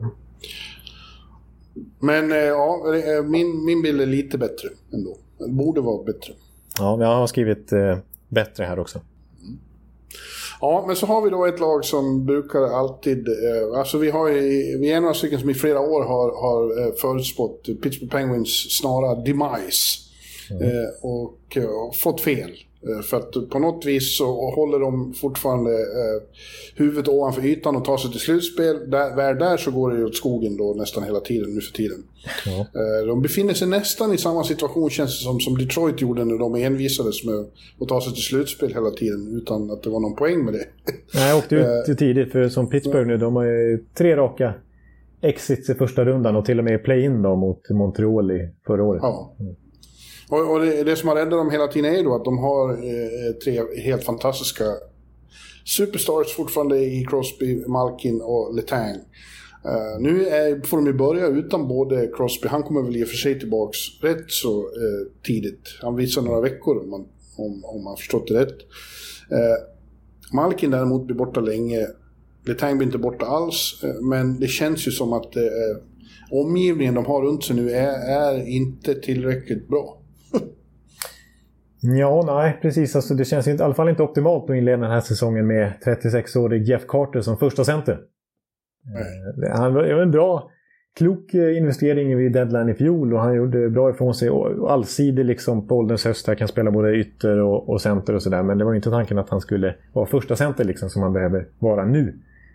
Men ja, min bild är lite bättre ändå. Det borde vara bättre. Ja, jag har skrivit bättre här också. Ja, men så har vi då ett lag som brukar alltid... alltså vi är några stycken som i flera år har förutspått Pittsburgh Penguins snara demise. Och fått fel. För att på något vis så håller de fortfarande huvudet ovanför ytan och tar sig till slutspel. Där så går det åt skogen då nästan hela tiden nu för tiden. Ja. De befinner sig nästan i samma situation, känns det som Detroit gjorde när de envisades med att ta sig till slutspel hela tiden utan att det var någon poäng med det. Nej, jag åkte ut tidigt för som Pittsburgh nu, de har ju 3 raka exits i första rundan och till och med play-in då mot Montreal i förra året. Ja. Och det som har räddat dem hela tiden är då att de har 3 helt fantastiska superstars fortfarande i Crosby, Malkin och Letang. Nu får de ju börja utan både Crosby. Han kommer väl i och för sig tillbaks rätt så tidigt. Han visar några veckor om man förstått det rätt. Malkin däremot blir borta länge. Letang blir inte borta alls. Men det känns ju som att omgivningen de har runt sig nu är inte tillräckligt bra. Ja, nej, precis. Alltså, det känns i alla fall inte optimalt att inleda den här säsongen med 36-årig Jeff Carter som första center. Han var en bra, klok investering vid deadline i fjol och han gjorde bra ifrån sig och allsidig liksom på ålderns höst. Han kan spela både ytter och center och sådär. Men det var inte tanken att han skulle vara första center liksom som han behöver vara nu.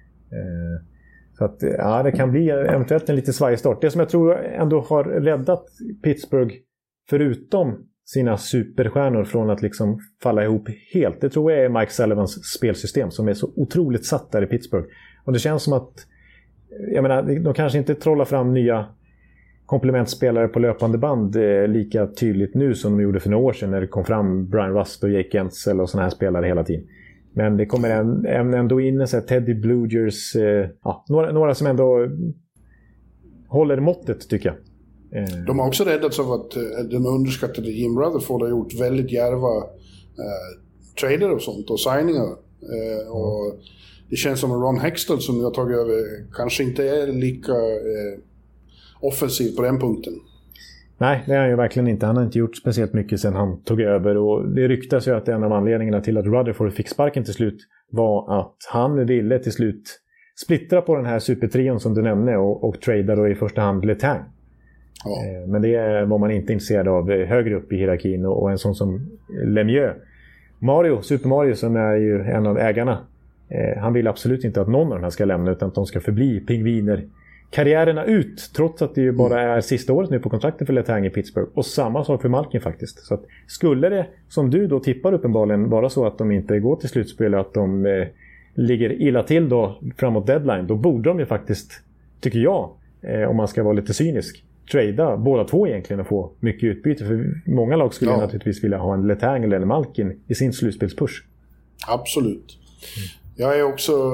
Så att, ja, det kan bli eventuellt en lite svajig start. Det som jag tror ändå har räddat Pittsburgh förutom sina superstjärnor från att liksom falla ihop helt. Det tror jag är Mike Sullivans spelsystem som är så otroligt satt där i Pittsburgh. Och det känns som att jag menar, de kanske inte trollar fram nya komplementspelare på löpande band lika tydligt nu som de gjorde för några år sedan när det kom fram Brian Rust och Jake Gensel och såna här spelare hela tiden. Men det kommer ändå in så här Teddy Bluegers, några som ändå håller måttet tycker jag. De har också räddats av att den underskattade Jim Rutherford har gjort väldigt djärva trader och sånt och signingar. Och det känns som att Ron Hextall som nu har tagit över kanske inte är lika offensiv på den punkten. Nej, det är han ju verkligen inte. Han har inte gjort speciellt mycket sedan han tog över. Och det ryktas ju att en av anledningarna till att Rutherford fick sparken till slut var att han ville till slut splittra på den här supertrion som du nämnde och trada då i första hand Letang. Ja. Men det var man inte intresserad av högre upp i hierarkin och en sån som Lemieux. Super Mario som är ju en av ägarna, han vill absolut inte att någon av de här ska lämna utan att de ska förbli pingviner karriärerna ut, trots att det ju bara är sista året nu på kontrakten för Letang i Pittsburgh. Och samma sak för Malkin faktiskt. Så att skulle det, som du då tippar uppenbarligen, vara så att de inte går till slutspel och att de ligger illa till då framåt deadline, då borde de ju faktiskt, tycker jag, om man ska vara lite cynisk, trada båda två egentligen och få mycket utbyte. För många lag skulle naturligtvis vilja ha en Letang eller en Malkin i sin slutspelspush. Absolut. Jag är också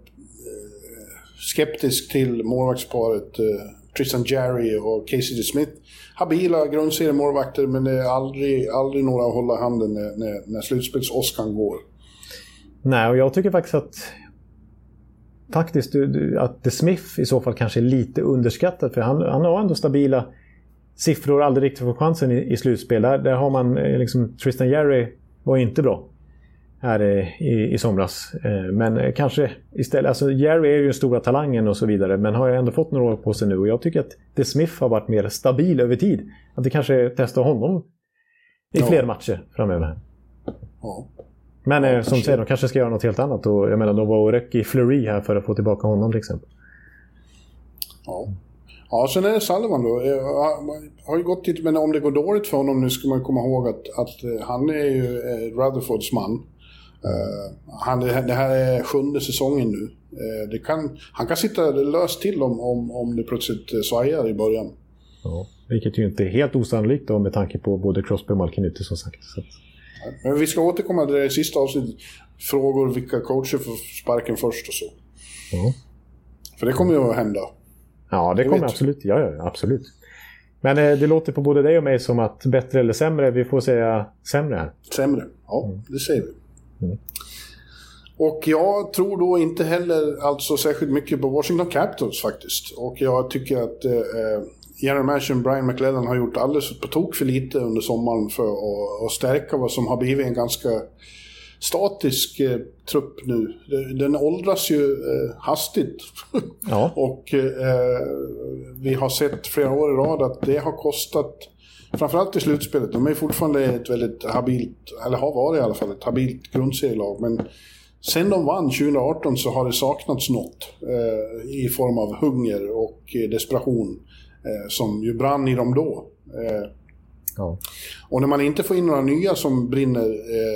skeptisk till målvaktsparet Tristan Jarry och Casey DeSmith. Habila grundseriemålvakter, men det är aldrig några att hålla handen när slutspels-Oscar går. Nej, och jag tycker faktiskt att DeSmith i så fall kanske är lite underskattad, för han har ändå stabila siffror, aldrig riktigt fått chansen i slutspel. Där har man liksom, Tristan Jarry var inte bra här i somras. Men kanske istället, alltså Jerry är ju den stora talangen och så vidare, men har jag ändå fått några år på sig nu och jag tycker att DeSmith har varit mer stabil över tid. Att det kanske testar honom i fler matcher framöver. Ja. Men som du säger, de kanske ska göra något helt annat och jag menar, de var och röck i Fleury här för att få tillbaka honom till exempel. Ja, sen är det Sullivan då. Har ju gått lite, men om det går dåligt för honom nu ska man komma ihåg att han är ju Rutherfords man. Det här är 7:e säsongen nu. Han kan sitta löst till om det plötsligt svajar i början. Ja, vilket ju inte är helt osannolikt då, med tanke på både Crosby och Malkin ute som sagt. Så. Men vi ska återkomma till det i sista avsnittet. Frågor vilka coacher får sparken först och så. Ja. För det kommer ju att hända. Ja, det kommer absolut. Ja, absolut. Men det låter på både dig och mig som att bättre eller sämre, vi får säga sämre här. Sämre, ja, det säger vi. Och jag tror då inte heller alltså särskilt mycket på Washington Capitals faktiskt. Och jag tycker att general manager Brian McLellan har gjort alldeles på tok för lite under sommaren för att stärka vad som har blivit en ganska statisk trupp nu. Den åldras ju hastigt. Ja. Och vi har sett flera år i rad att det har kostat, framförallt i slutspelet. De är fortfarande ett väldigt habilt, eller har varit i alla fall ett habilt grundserielag, men sen de vann 2018 så har det saknats något i form av hunger och desperation som ju brann i dem då. Ja. Och när man inte får in några nya som brinner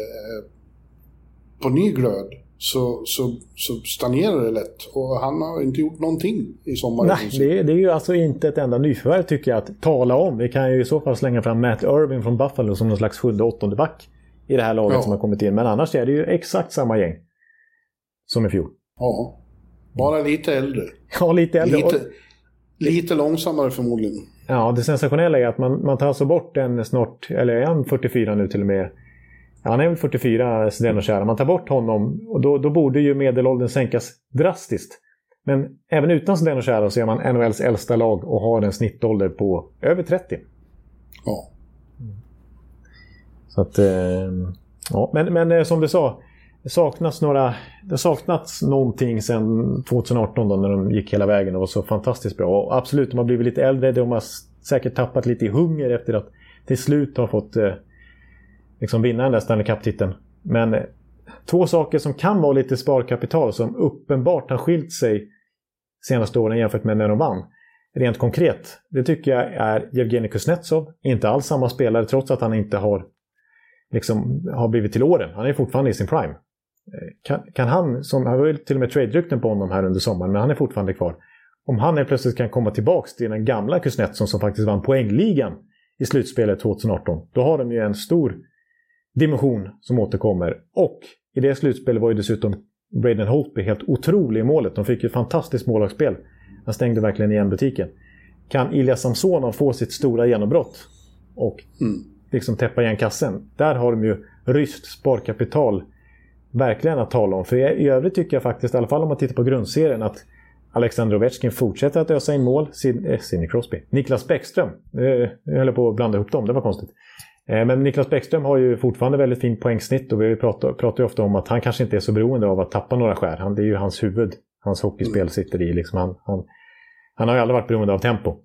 på ny glöd så stagnerar det lätt. Och han har inte gjort någonting i sommar. Nej, det är ju alltså inte ett enda nyförvärv tycker jag att tala om. Vi kan ju i så fall slänga fram Matt Irving från Buffalo som någon slags 7-8 back i det här laget som har kommit in. Men annars är det ju exakt samma gäng som i fjol. Ja, bara lite äldre. Ja, lite äldre. Lite långsammare förmodligen. Ja, det sensationella är att man tar alltså bort en snart, eller är han 44 nu till och med? Ja, han är väl 44, Zdeno Chara. Man tar bort honom och då borde ju medelåldern sänkas drastiskt. Men även utan Zdeno Chara så är man NHLs äldsta lag och har en snittålder på över 30. Ja. Så att, ja. Men som du sa, det saknats någonting sedan 2018 då, när de gick hela vägen och var så fantastiskt bra. Och absolut, de har blivit lite äldre, de har säkert tappat lite i hunger efter att till slut har fått liksom vinna den där Stanley Cup-titeln. Men två saker som kan vara lite sparkapital som uppenbart har skilt sig senaste åren jämfört med när de vann. Rent konkret, det tycker jag är Evgeni Kuznetsov, inte alls samma spelare trots att han inte har blivit till åren. Han är fortfarande i sin prime. Kan han, som har väl till och med trade-rykten på honom här under sommaren, men han är fortfarande kvar. Om han är plötsligt kan komma tillbaks till den gamla Kuznetsov som faktiskt vann poängligan i slutspelet 2018, då har de ju en stor dimension som återkommer. Och i det slutspelet var ju dessutom Braden Holtby helt otrolig i målet. De fick ju ett fantastiskt målvaktsspel. Han stängde verkligen igen butiken. Kan Ilja Samsonov få sitt stora genombrott och liksom täppa igen kassen? Där har de ju ryskt sparkapital verkligen att tala om. För i övrigt tycker jag faktiskt, i alla fall om man tittar på grundserien, att Alexander Ovechkin fortsätter att ösa in mål. Sidney Crosby. Niklas Bäckström. Jag höll på att blanda ihop dem, det var konstigt. Men Niklas Bäckström har ju fortfarande väldigt fint poängsnitt och vi pratar ju ofta om att han kanske inte är så beroende av att tappa några skär. Det är ju hans huvud, hans hockeyspel sitter i. Liksom han har ju aldrig varit beroende av tempo.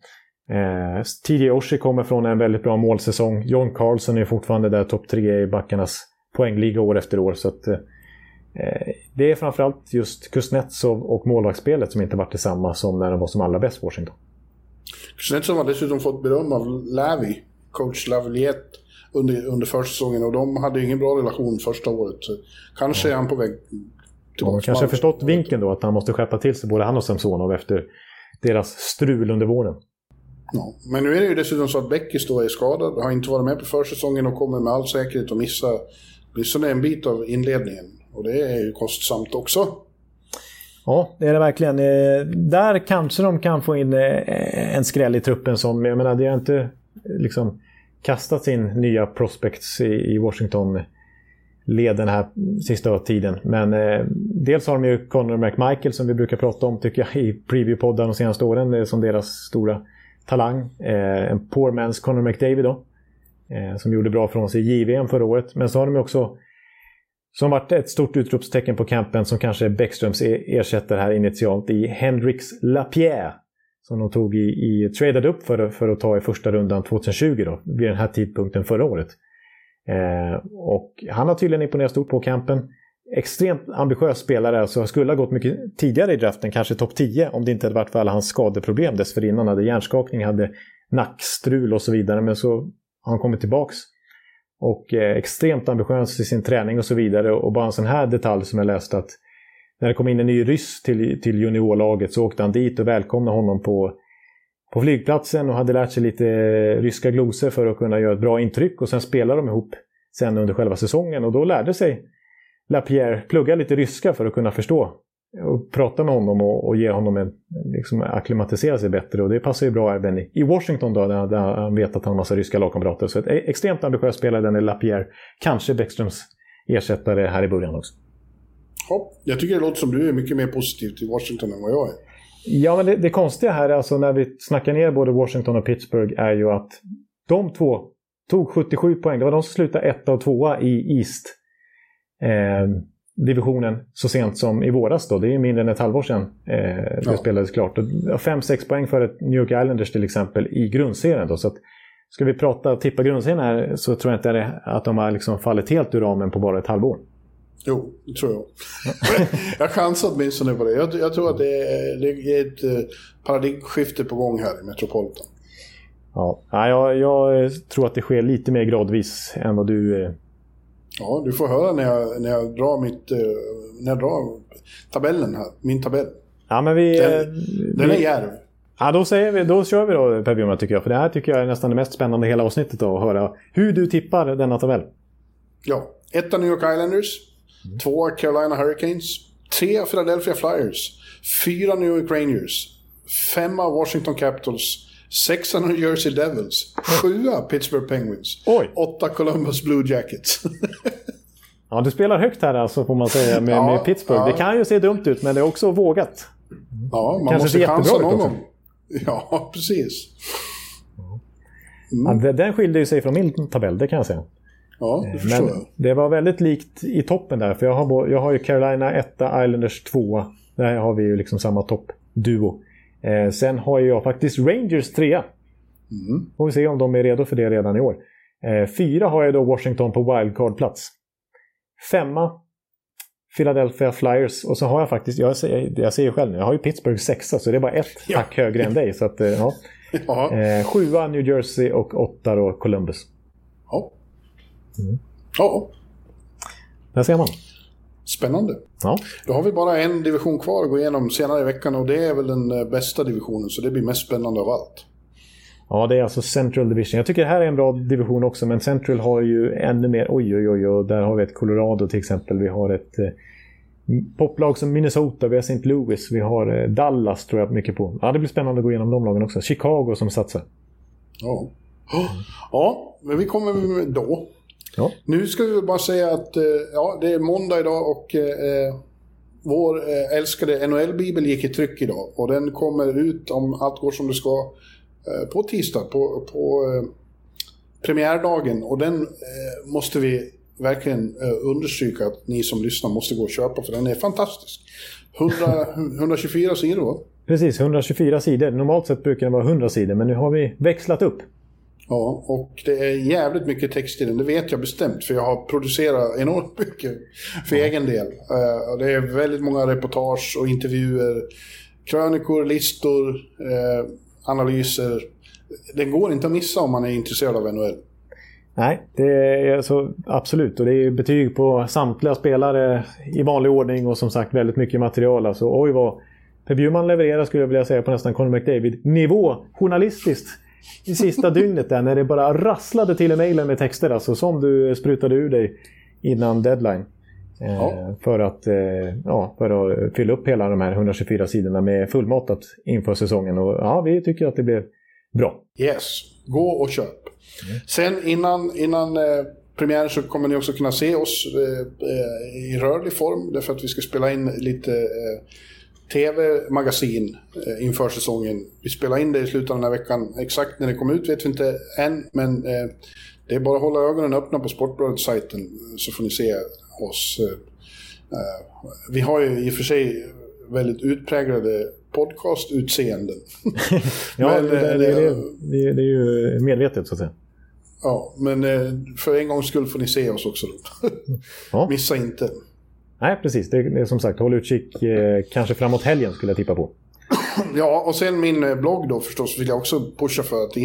TJ Oshie kommer från en väldigt bra målsäsong. John Carlson är fortfarande där topp 3 i backarnas poängliga år efter år. Så att, det är framförallt just Kuznetsov och målvaktsspelet som inte varit detsamma som när de var som allra bäst Washington. Kuznetsov har dessutom fått beröm av Lavi, coach Lavaliette under försäsongen, och de hade ju ingen bra relation första året. Så kanske är han på väg tillbaka. Man kanske har förstått vinkeln då, att han måste skärpa till sig både han och Samsonov efter deras strul under våren. Ja, men nu är det ju dessutom så att Beckis då är skadad, har inte varit med på försäsongen och kommer med all säkerhet att missa en bit av inledningen. Och det är ju kostsamt också. Ja, det är det verkligen. Där kanske de kan få in en skräll i truppen som, jag menar, det har inte liksom kastat sin nya prospects i Washington leden här sista tiden. Men dels har de ju Connor McMichael som vi brukar prata om tycker jag i preview-podden de senaste åren som deras stora talang. En poor man's Connor McDavid då. Som gjorde bra från sig i JVM förra året. Men så har de också som varit ett stort utropstecken på campen som kanske är Bäckströms ersätter här initialt i Hendrix Lapierre. Som de tog tradade upp för att ta i första rundan 2020 då. Vid den här tidpunkten förra året. Och han har tydligen imponerat stort på campen. Extremt ambitiös spelare, så skulle ha gått mycket tidigare i draften, kanske topp 10 om det inte hade varit för alla hans skadeproblem dessförinnan. Hade hjärnskakning, hade nackstrul och så vidare, men så har han kommit tillbaks och extremt ambitiös i sin träning och så vidare. Och bara en sån här detalj som jag läste, att när det kom in en ny ryss till juniorlaget så åkte han dit och välkomnade honom på flygplatsen och hade lärt sig lite ryska glosor för att kunna göra ett bra intryck, och sen spelade de ihop sen under själva säsongen, och då lärde sig Lapierre plugga lite ryska för att kunna förstå och prata med honom och ge honom en, liksom akklimatisera sig bättre. Och det passar ju bra även i Washington då, där han vet att han har massa ryska lagkamrater. Så ett extremt ambitiös spelare, den är Lapierre. Kanske Bäckströms ersättare här i början också. Ja, jag tycker det låter som du är mycket mer positiv till Washington än vad jag är. Ja, men det konstiga här, alltså när vi snackar ner både Washington och Pittsburgh, är ju att de två tog 77 poäng. Det var de som slutade 1 och 2 i East divisionen så sent som i våras då. Det är mindre än ett halvår sedan det spelades klart. 5-6 poäng för ett New York Islanders till exempel i grundserien då. Så att, ska vi tippa grundserien här, så tror jag inte att de har liksom fallit helt ur ramen på bara ett halvår. Jo, det tror jag. Jag chansar åtminstone på det. Jag tror att det är ett paradigmskifte på gång här i Metropolitan. Ja, jag tror att det sker lite mer gradvis än vad du... Ja, du får höra när jag drar tabellen här, min tabell. Ja, men den är järv. Ja, då kör vi då, Per Bjurman, tycker jag. För det här tycker jag är nästan det mest spännande i hela avsnittet då, att höra hur du tippar denna tabell. Ja, 1 New York Islanders, 2 Carolina Hurricanes, 3 Philadelphia Flyers, 4 New York Rangers, 5 Washington Capitals, 6 New Jersey Devils, 7 Pittsburgh Penguins, 8 Columbus Blue Jackets. Ja, du spelar högt här alltså, får man säga, med Pittsburgh. Ja. Det kan ju se dumt ut, men det är också vågat. Ja, man måste chansa någon gång. Ja, precis. Ja, den skilde ju sig från min tabell, det kan jag säga. Ja, det förstår jag. Det var väldigt likt i toppen där, för jag har ju Carolina 1, Islanders 2. Där har vi ju liksom samma toppduo. Sen har jag faktiskt Rangers 3. Får vi se om de är redo för det redan i år. 4 har jag då Washington på wildcard-plats. 5 Philadelphia Flyers. Och så har jag faktiskt, jag säger själv nu, jag har ju Pittsburgh 6, så det är bara ett hack högre än dig. Så att, ja. 7 New Jersey och 8 då Columbus. Ja. Ja. Där ser man. Spännande. Ja. Då har vi bara en division kvar att gå igenom senare i veckan, och det är väl den bästa divisionen, så det blir mest spännande av allt. Ja, det är alltså Central Division. Jag tycker det här är en bra division också, men Central har ju ännu mer, oj, där har vi ett Colorado till exempel, vi har ett poplag som Minnesota, vi har St. Louis, vi har Dallas tror jag mycket på. Ja, det blir spännande att gå igenom de lagen också. Chicago som satsar. Ja, men vi kommer då. Ja. Nu ska vi bara säga att det är måndag idag, och vår älskade NHL-bibel gick i tryck idag, och den kommer ut, om allt går som det ska, på tisdag på premiärdagen, och den måste vi verkligen understryka att ni som lyssnar måste gå och köpa, för den är fantastisk. 124 sidor, va? Precis, 124 sidor. Normalt sett brukar den vara 100 sidor, men nu har vi växlat upp. Ja, och det är jävligt mycket text i den, det vet jag bestämt, för jag har producerat enormt mycket för egen del. Det är väldigt många reportage och intervjuer, krönikor, listor, analyser. Det går inte att missa om man är intresserad av NHL. Nej, det är så absolut, och det är betyg på samtliga spelare i vanlig ordning, och som sagt väldigt mycket material. Alltså, oj vad Per Bjurman levererar, skulle jag vilja säga, på nästan Conor McDavid-nivå journalistiskt i sista dygnet där, när det bara rasslade till i mejlen med texter, alltså, som du sprutade ur dig innan deadline. För att fylla upp hela de här 124 sidorna med fullmatat inför säsongen. Och ja, vi tycker att det blev bra. Yes, gå och köp. Sen innan premiären så kommer ni också kunna se oss i rörlig form, därför att vi ska spela in lite tv-magasin inför säsongen. Vi spelar in det i slutet av den här veckan. Exakt när det kommer ut vet vi inte än, men det är bara att hålla ögonen öppna på Sportbladet-sajten, så får ni se oss. Vi har ju i och för sig väldigt utpräglade podcast-utseenden. Ja, men, det är ju medvetet så att säga. Ja, men för en gångs skull får ni se oss också. Missa inte. Nej, precis. Det är som sagt, håll utkik kanske framåt helgen skulle jag tippa på. Ja, och sen min blogg då förstås vill jag också pusha för att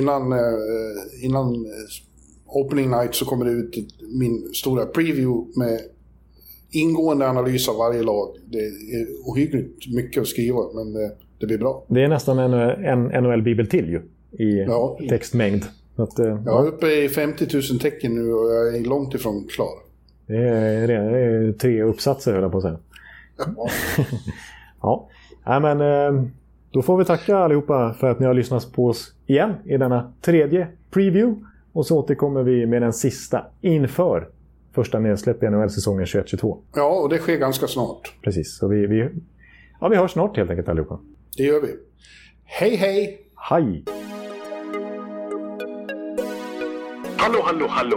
innan opening night så kommer det ut min stora preview med ingående analys av varje lag. Det är ohyggligt mycket att skriva, men det blir bra. Det är nästan en NHL-bibel till ju i textmängd. Att, jag är uppe i 50 000 tecken nu och jag är långt ifrån klar. Det är 3 uppsatser höll jag på att säga. Ja, men då får vi tacka allihopa för att ni har lyssnat på oss igen i denna 3:e preview. Och så återkommer vi med den sista inför första nedsläpp i NHL-säsongen 21-22. Ja, och det sker ganska snart. Precis, så vi hörs snart helt enkelt allihopa. Det gör vi. Hej, hej! Hej! Hallå, hallå, hallå!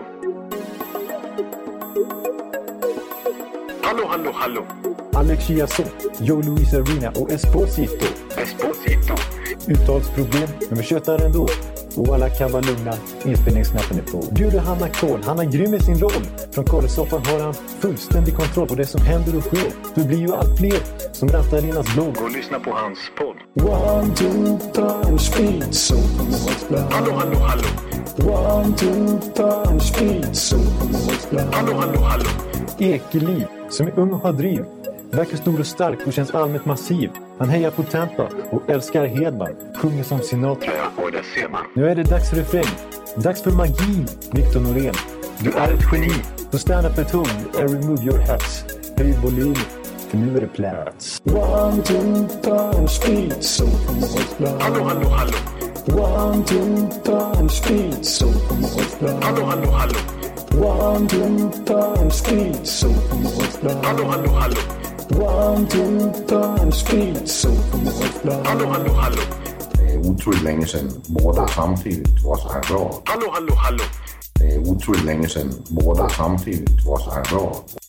Hallå, hallå, hallå! Alex Chiazot, Joe Luis Arena och Esposito. Uttalsproblem, men vi tjötar ändå. Och alla kan vara lugna, inspelningsknappen är på. Bjuder Hanna Kohl, han är grym i sin roll. Från Kållesoffan har han fullständig kontroll på det som händer och sker. Det blir ju allt fler som rattar in hans blogg. Och lyssna på hans podd. 1, 2, 3, speed, so. Hallå, hallå, hallå! 1, 2, 3, speed, so. Hallå, hallå, hallå! Ekeliv, som är ung och har driv. Verkar stor och stark och känns allmänt massiv. Han hejar på Tampa och älskar Hedman. Sjunger som Sinatra. Ja, och det ser man. Nu är det dags för refräng. Dags för magi, Victor Norén. Du är ett geni. Så stand up at home and remove your hats. Höj volym, för nu är det plats. 1, 2, 3, speed, so. Hallå, hallå, hallå! 1, 2, 3, speed, so. Hallå, hallå, hallå! 1, 2, 3, speed, so. Hallå, hallå, hallå! 1, 2, 3, speed, so. Hallå, hallå, hallå! Det är otroligt länge sedan båda samtidigt var så här bra. Hallå, hallå, hallå! Det är otroligt länge sedan båda samtidigt var så här bra.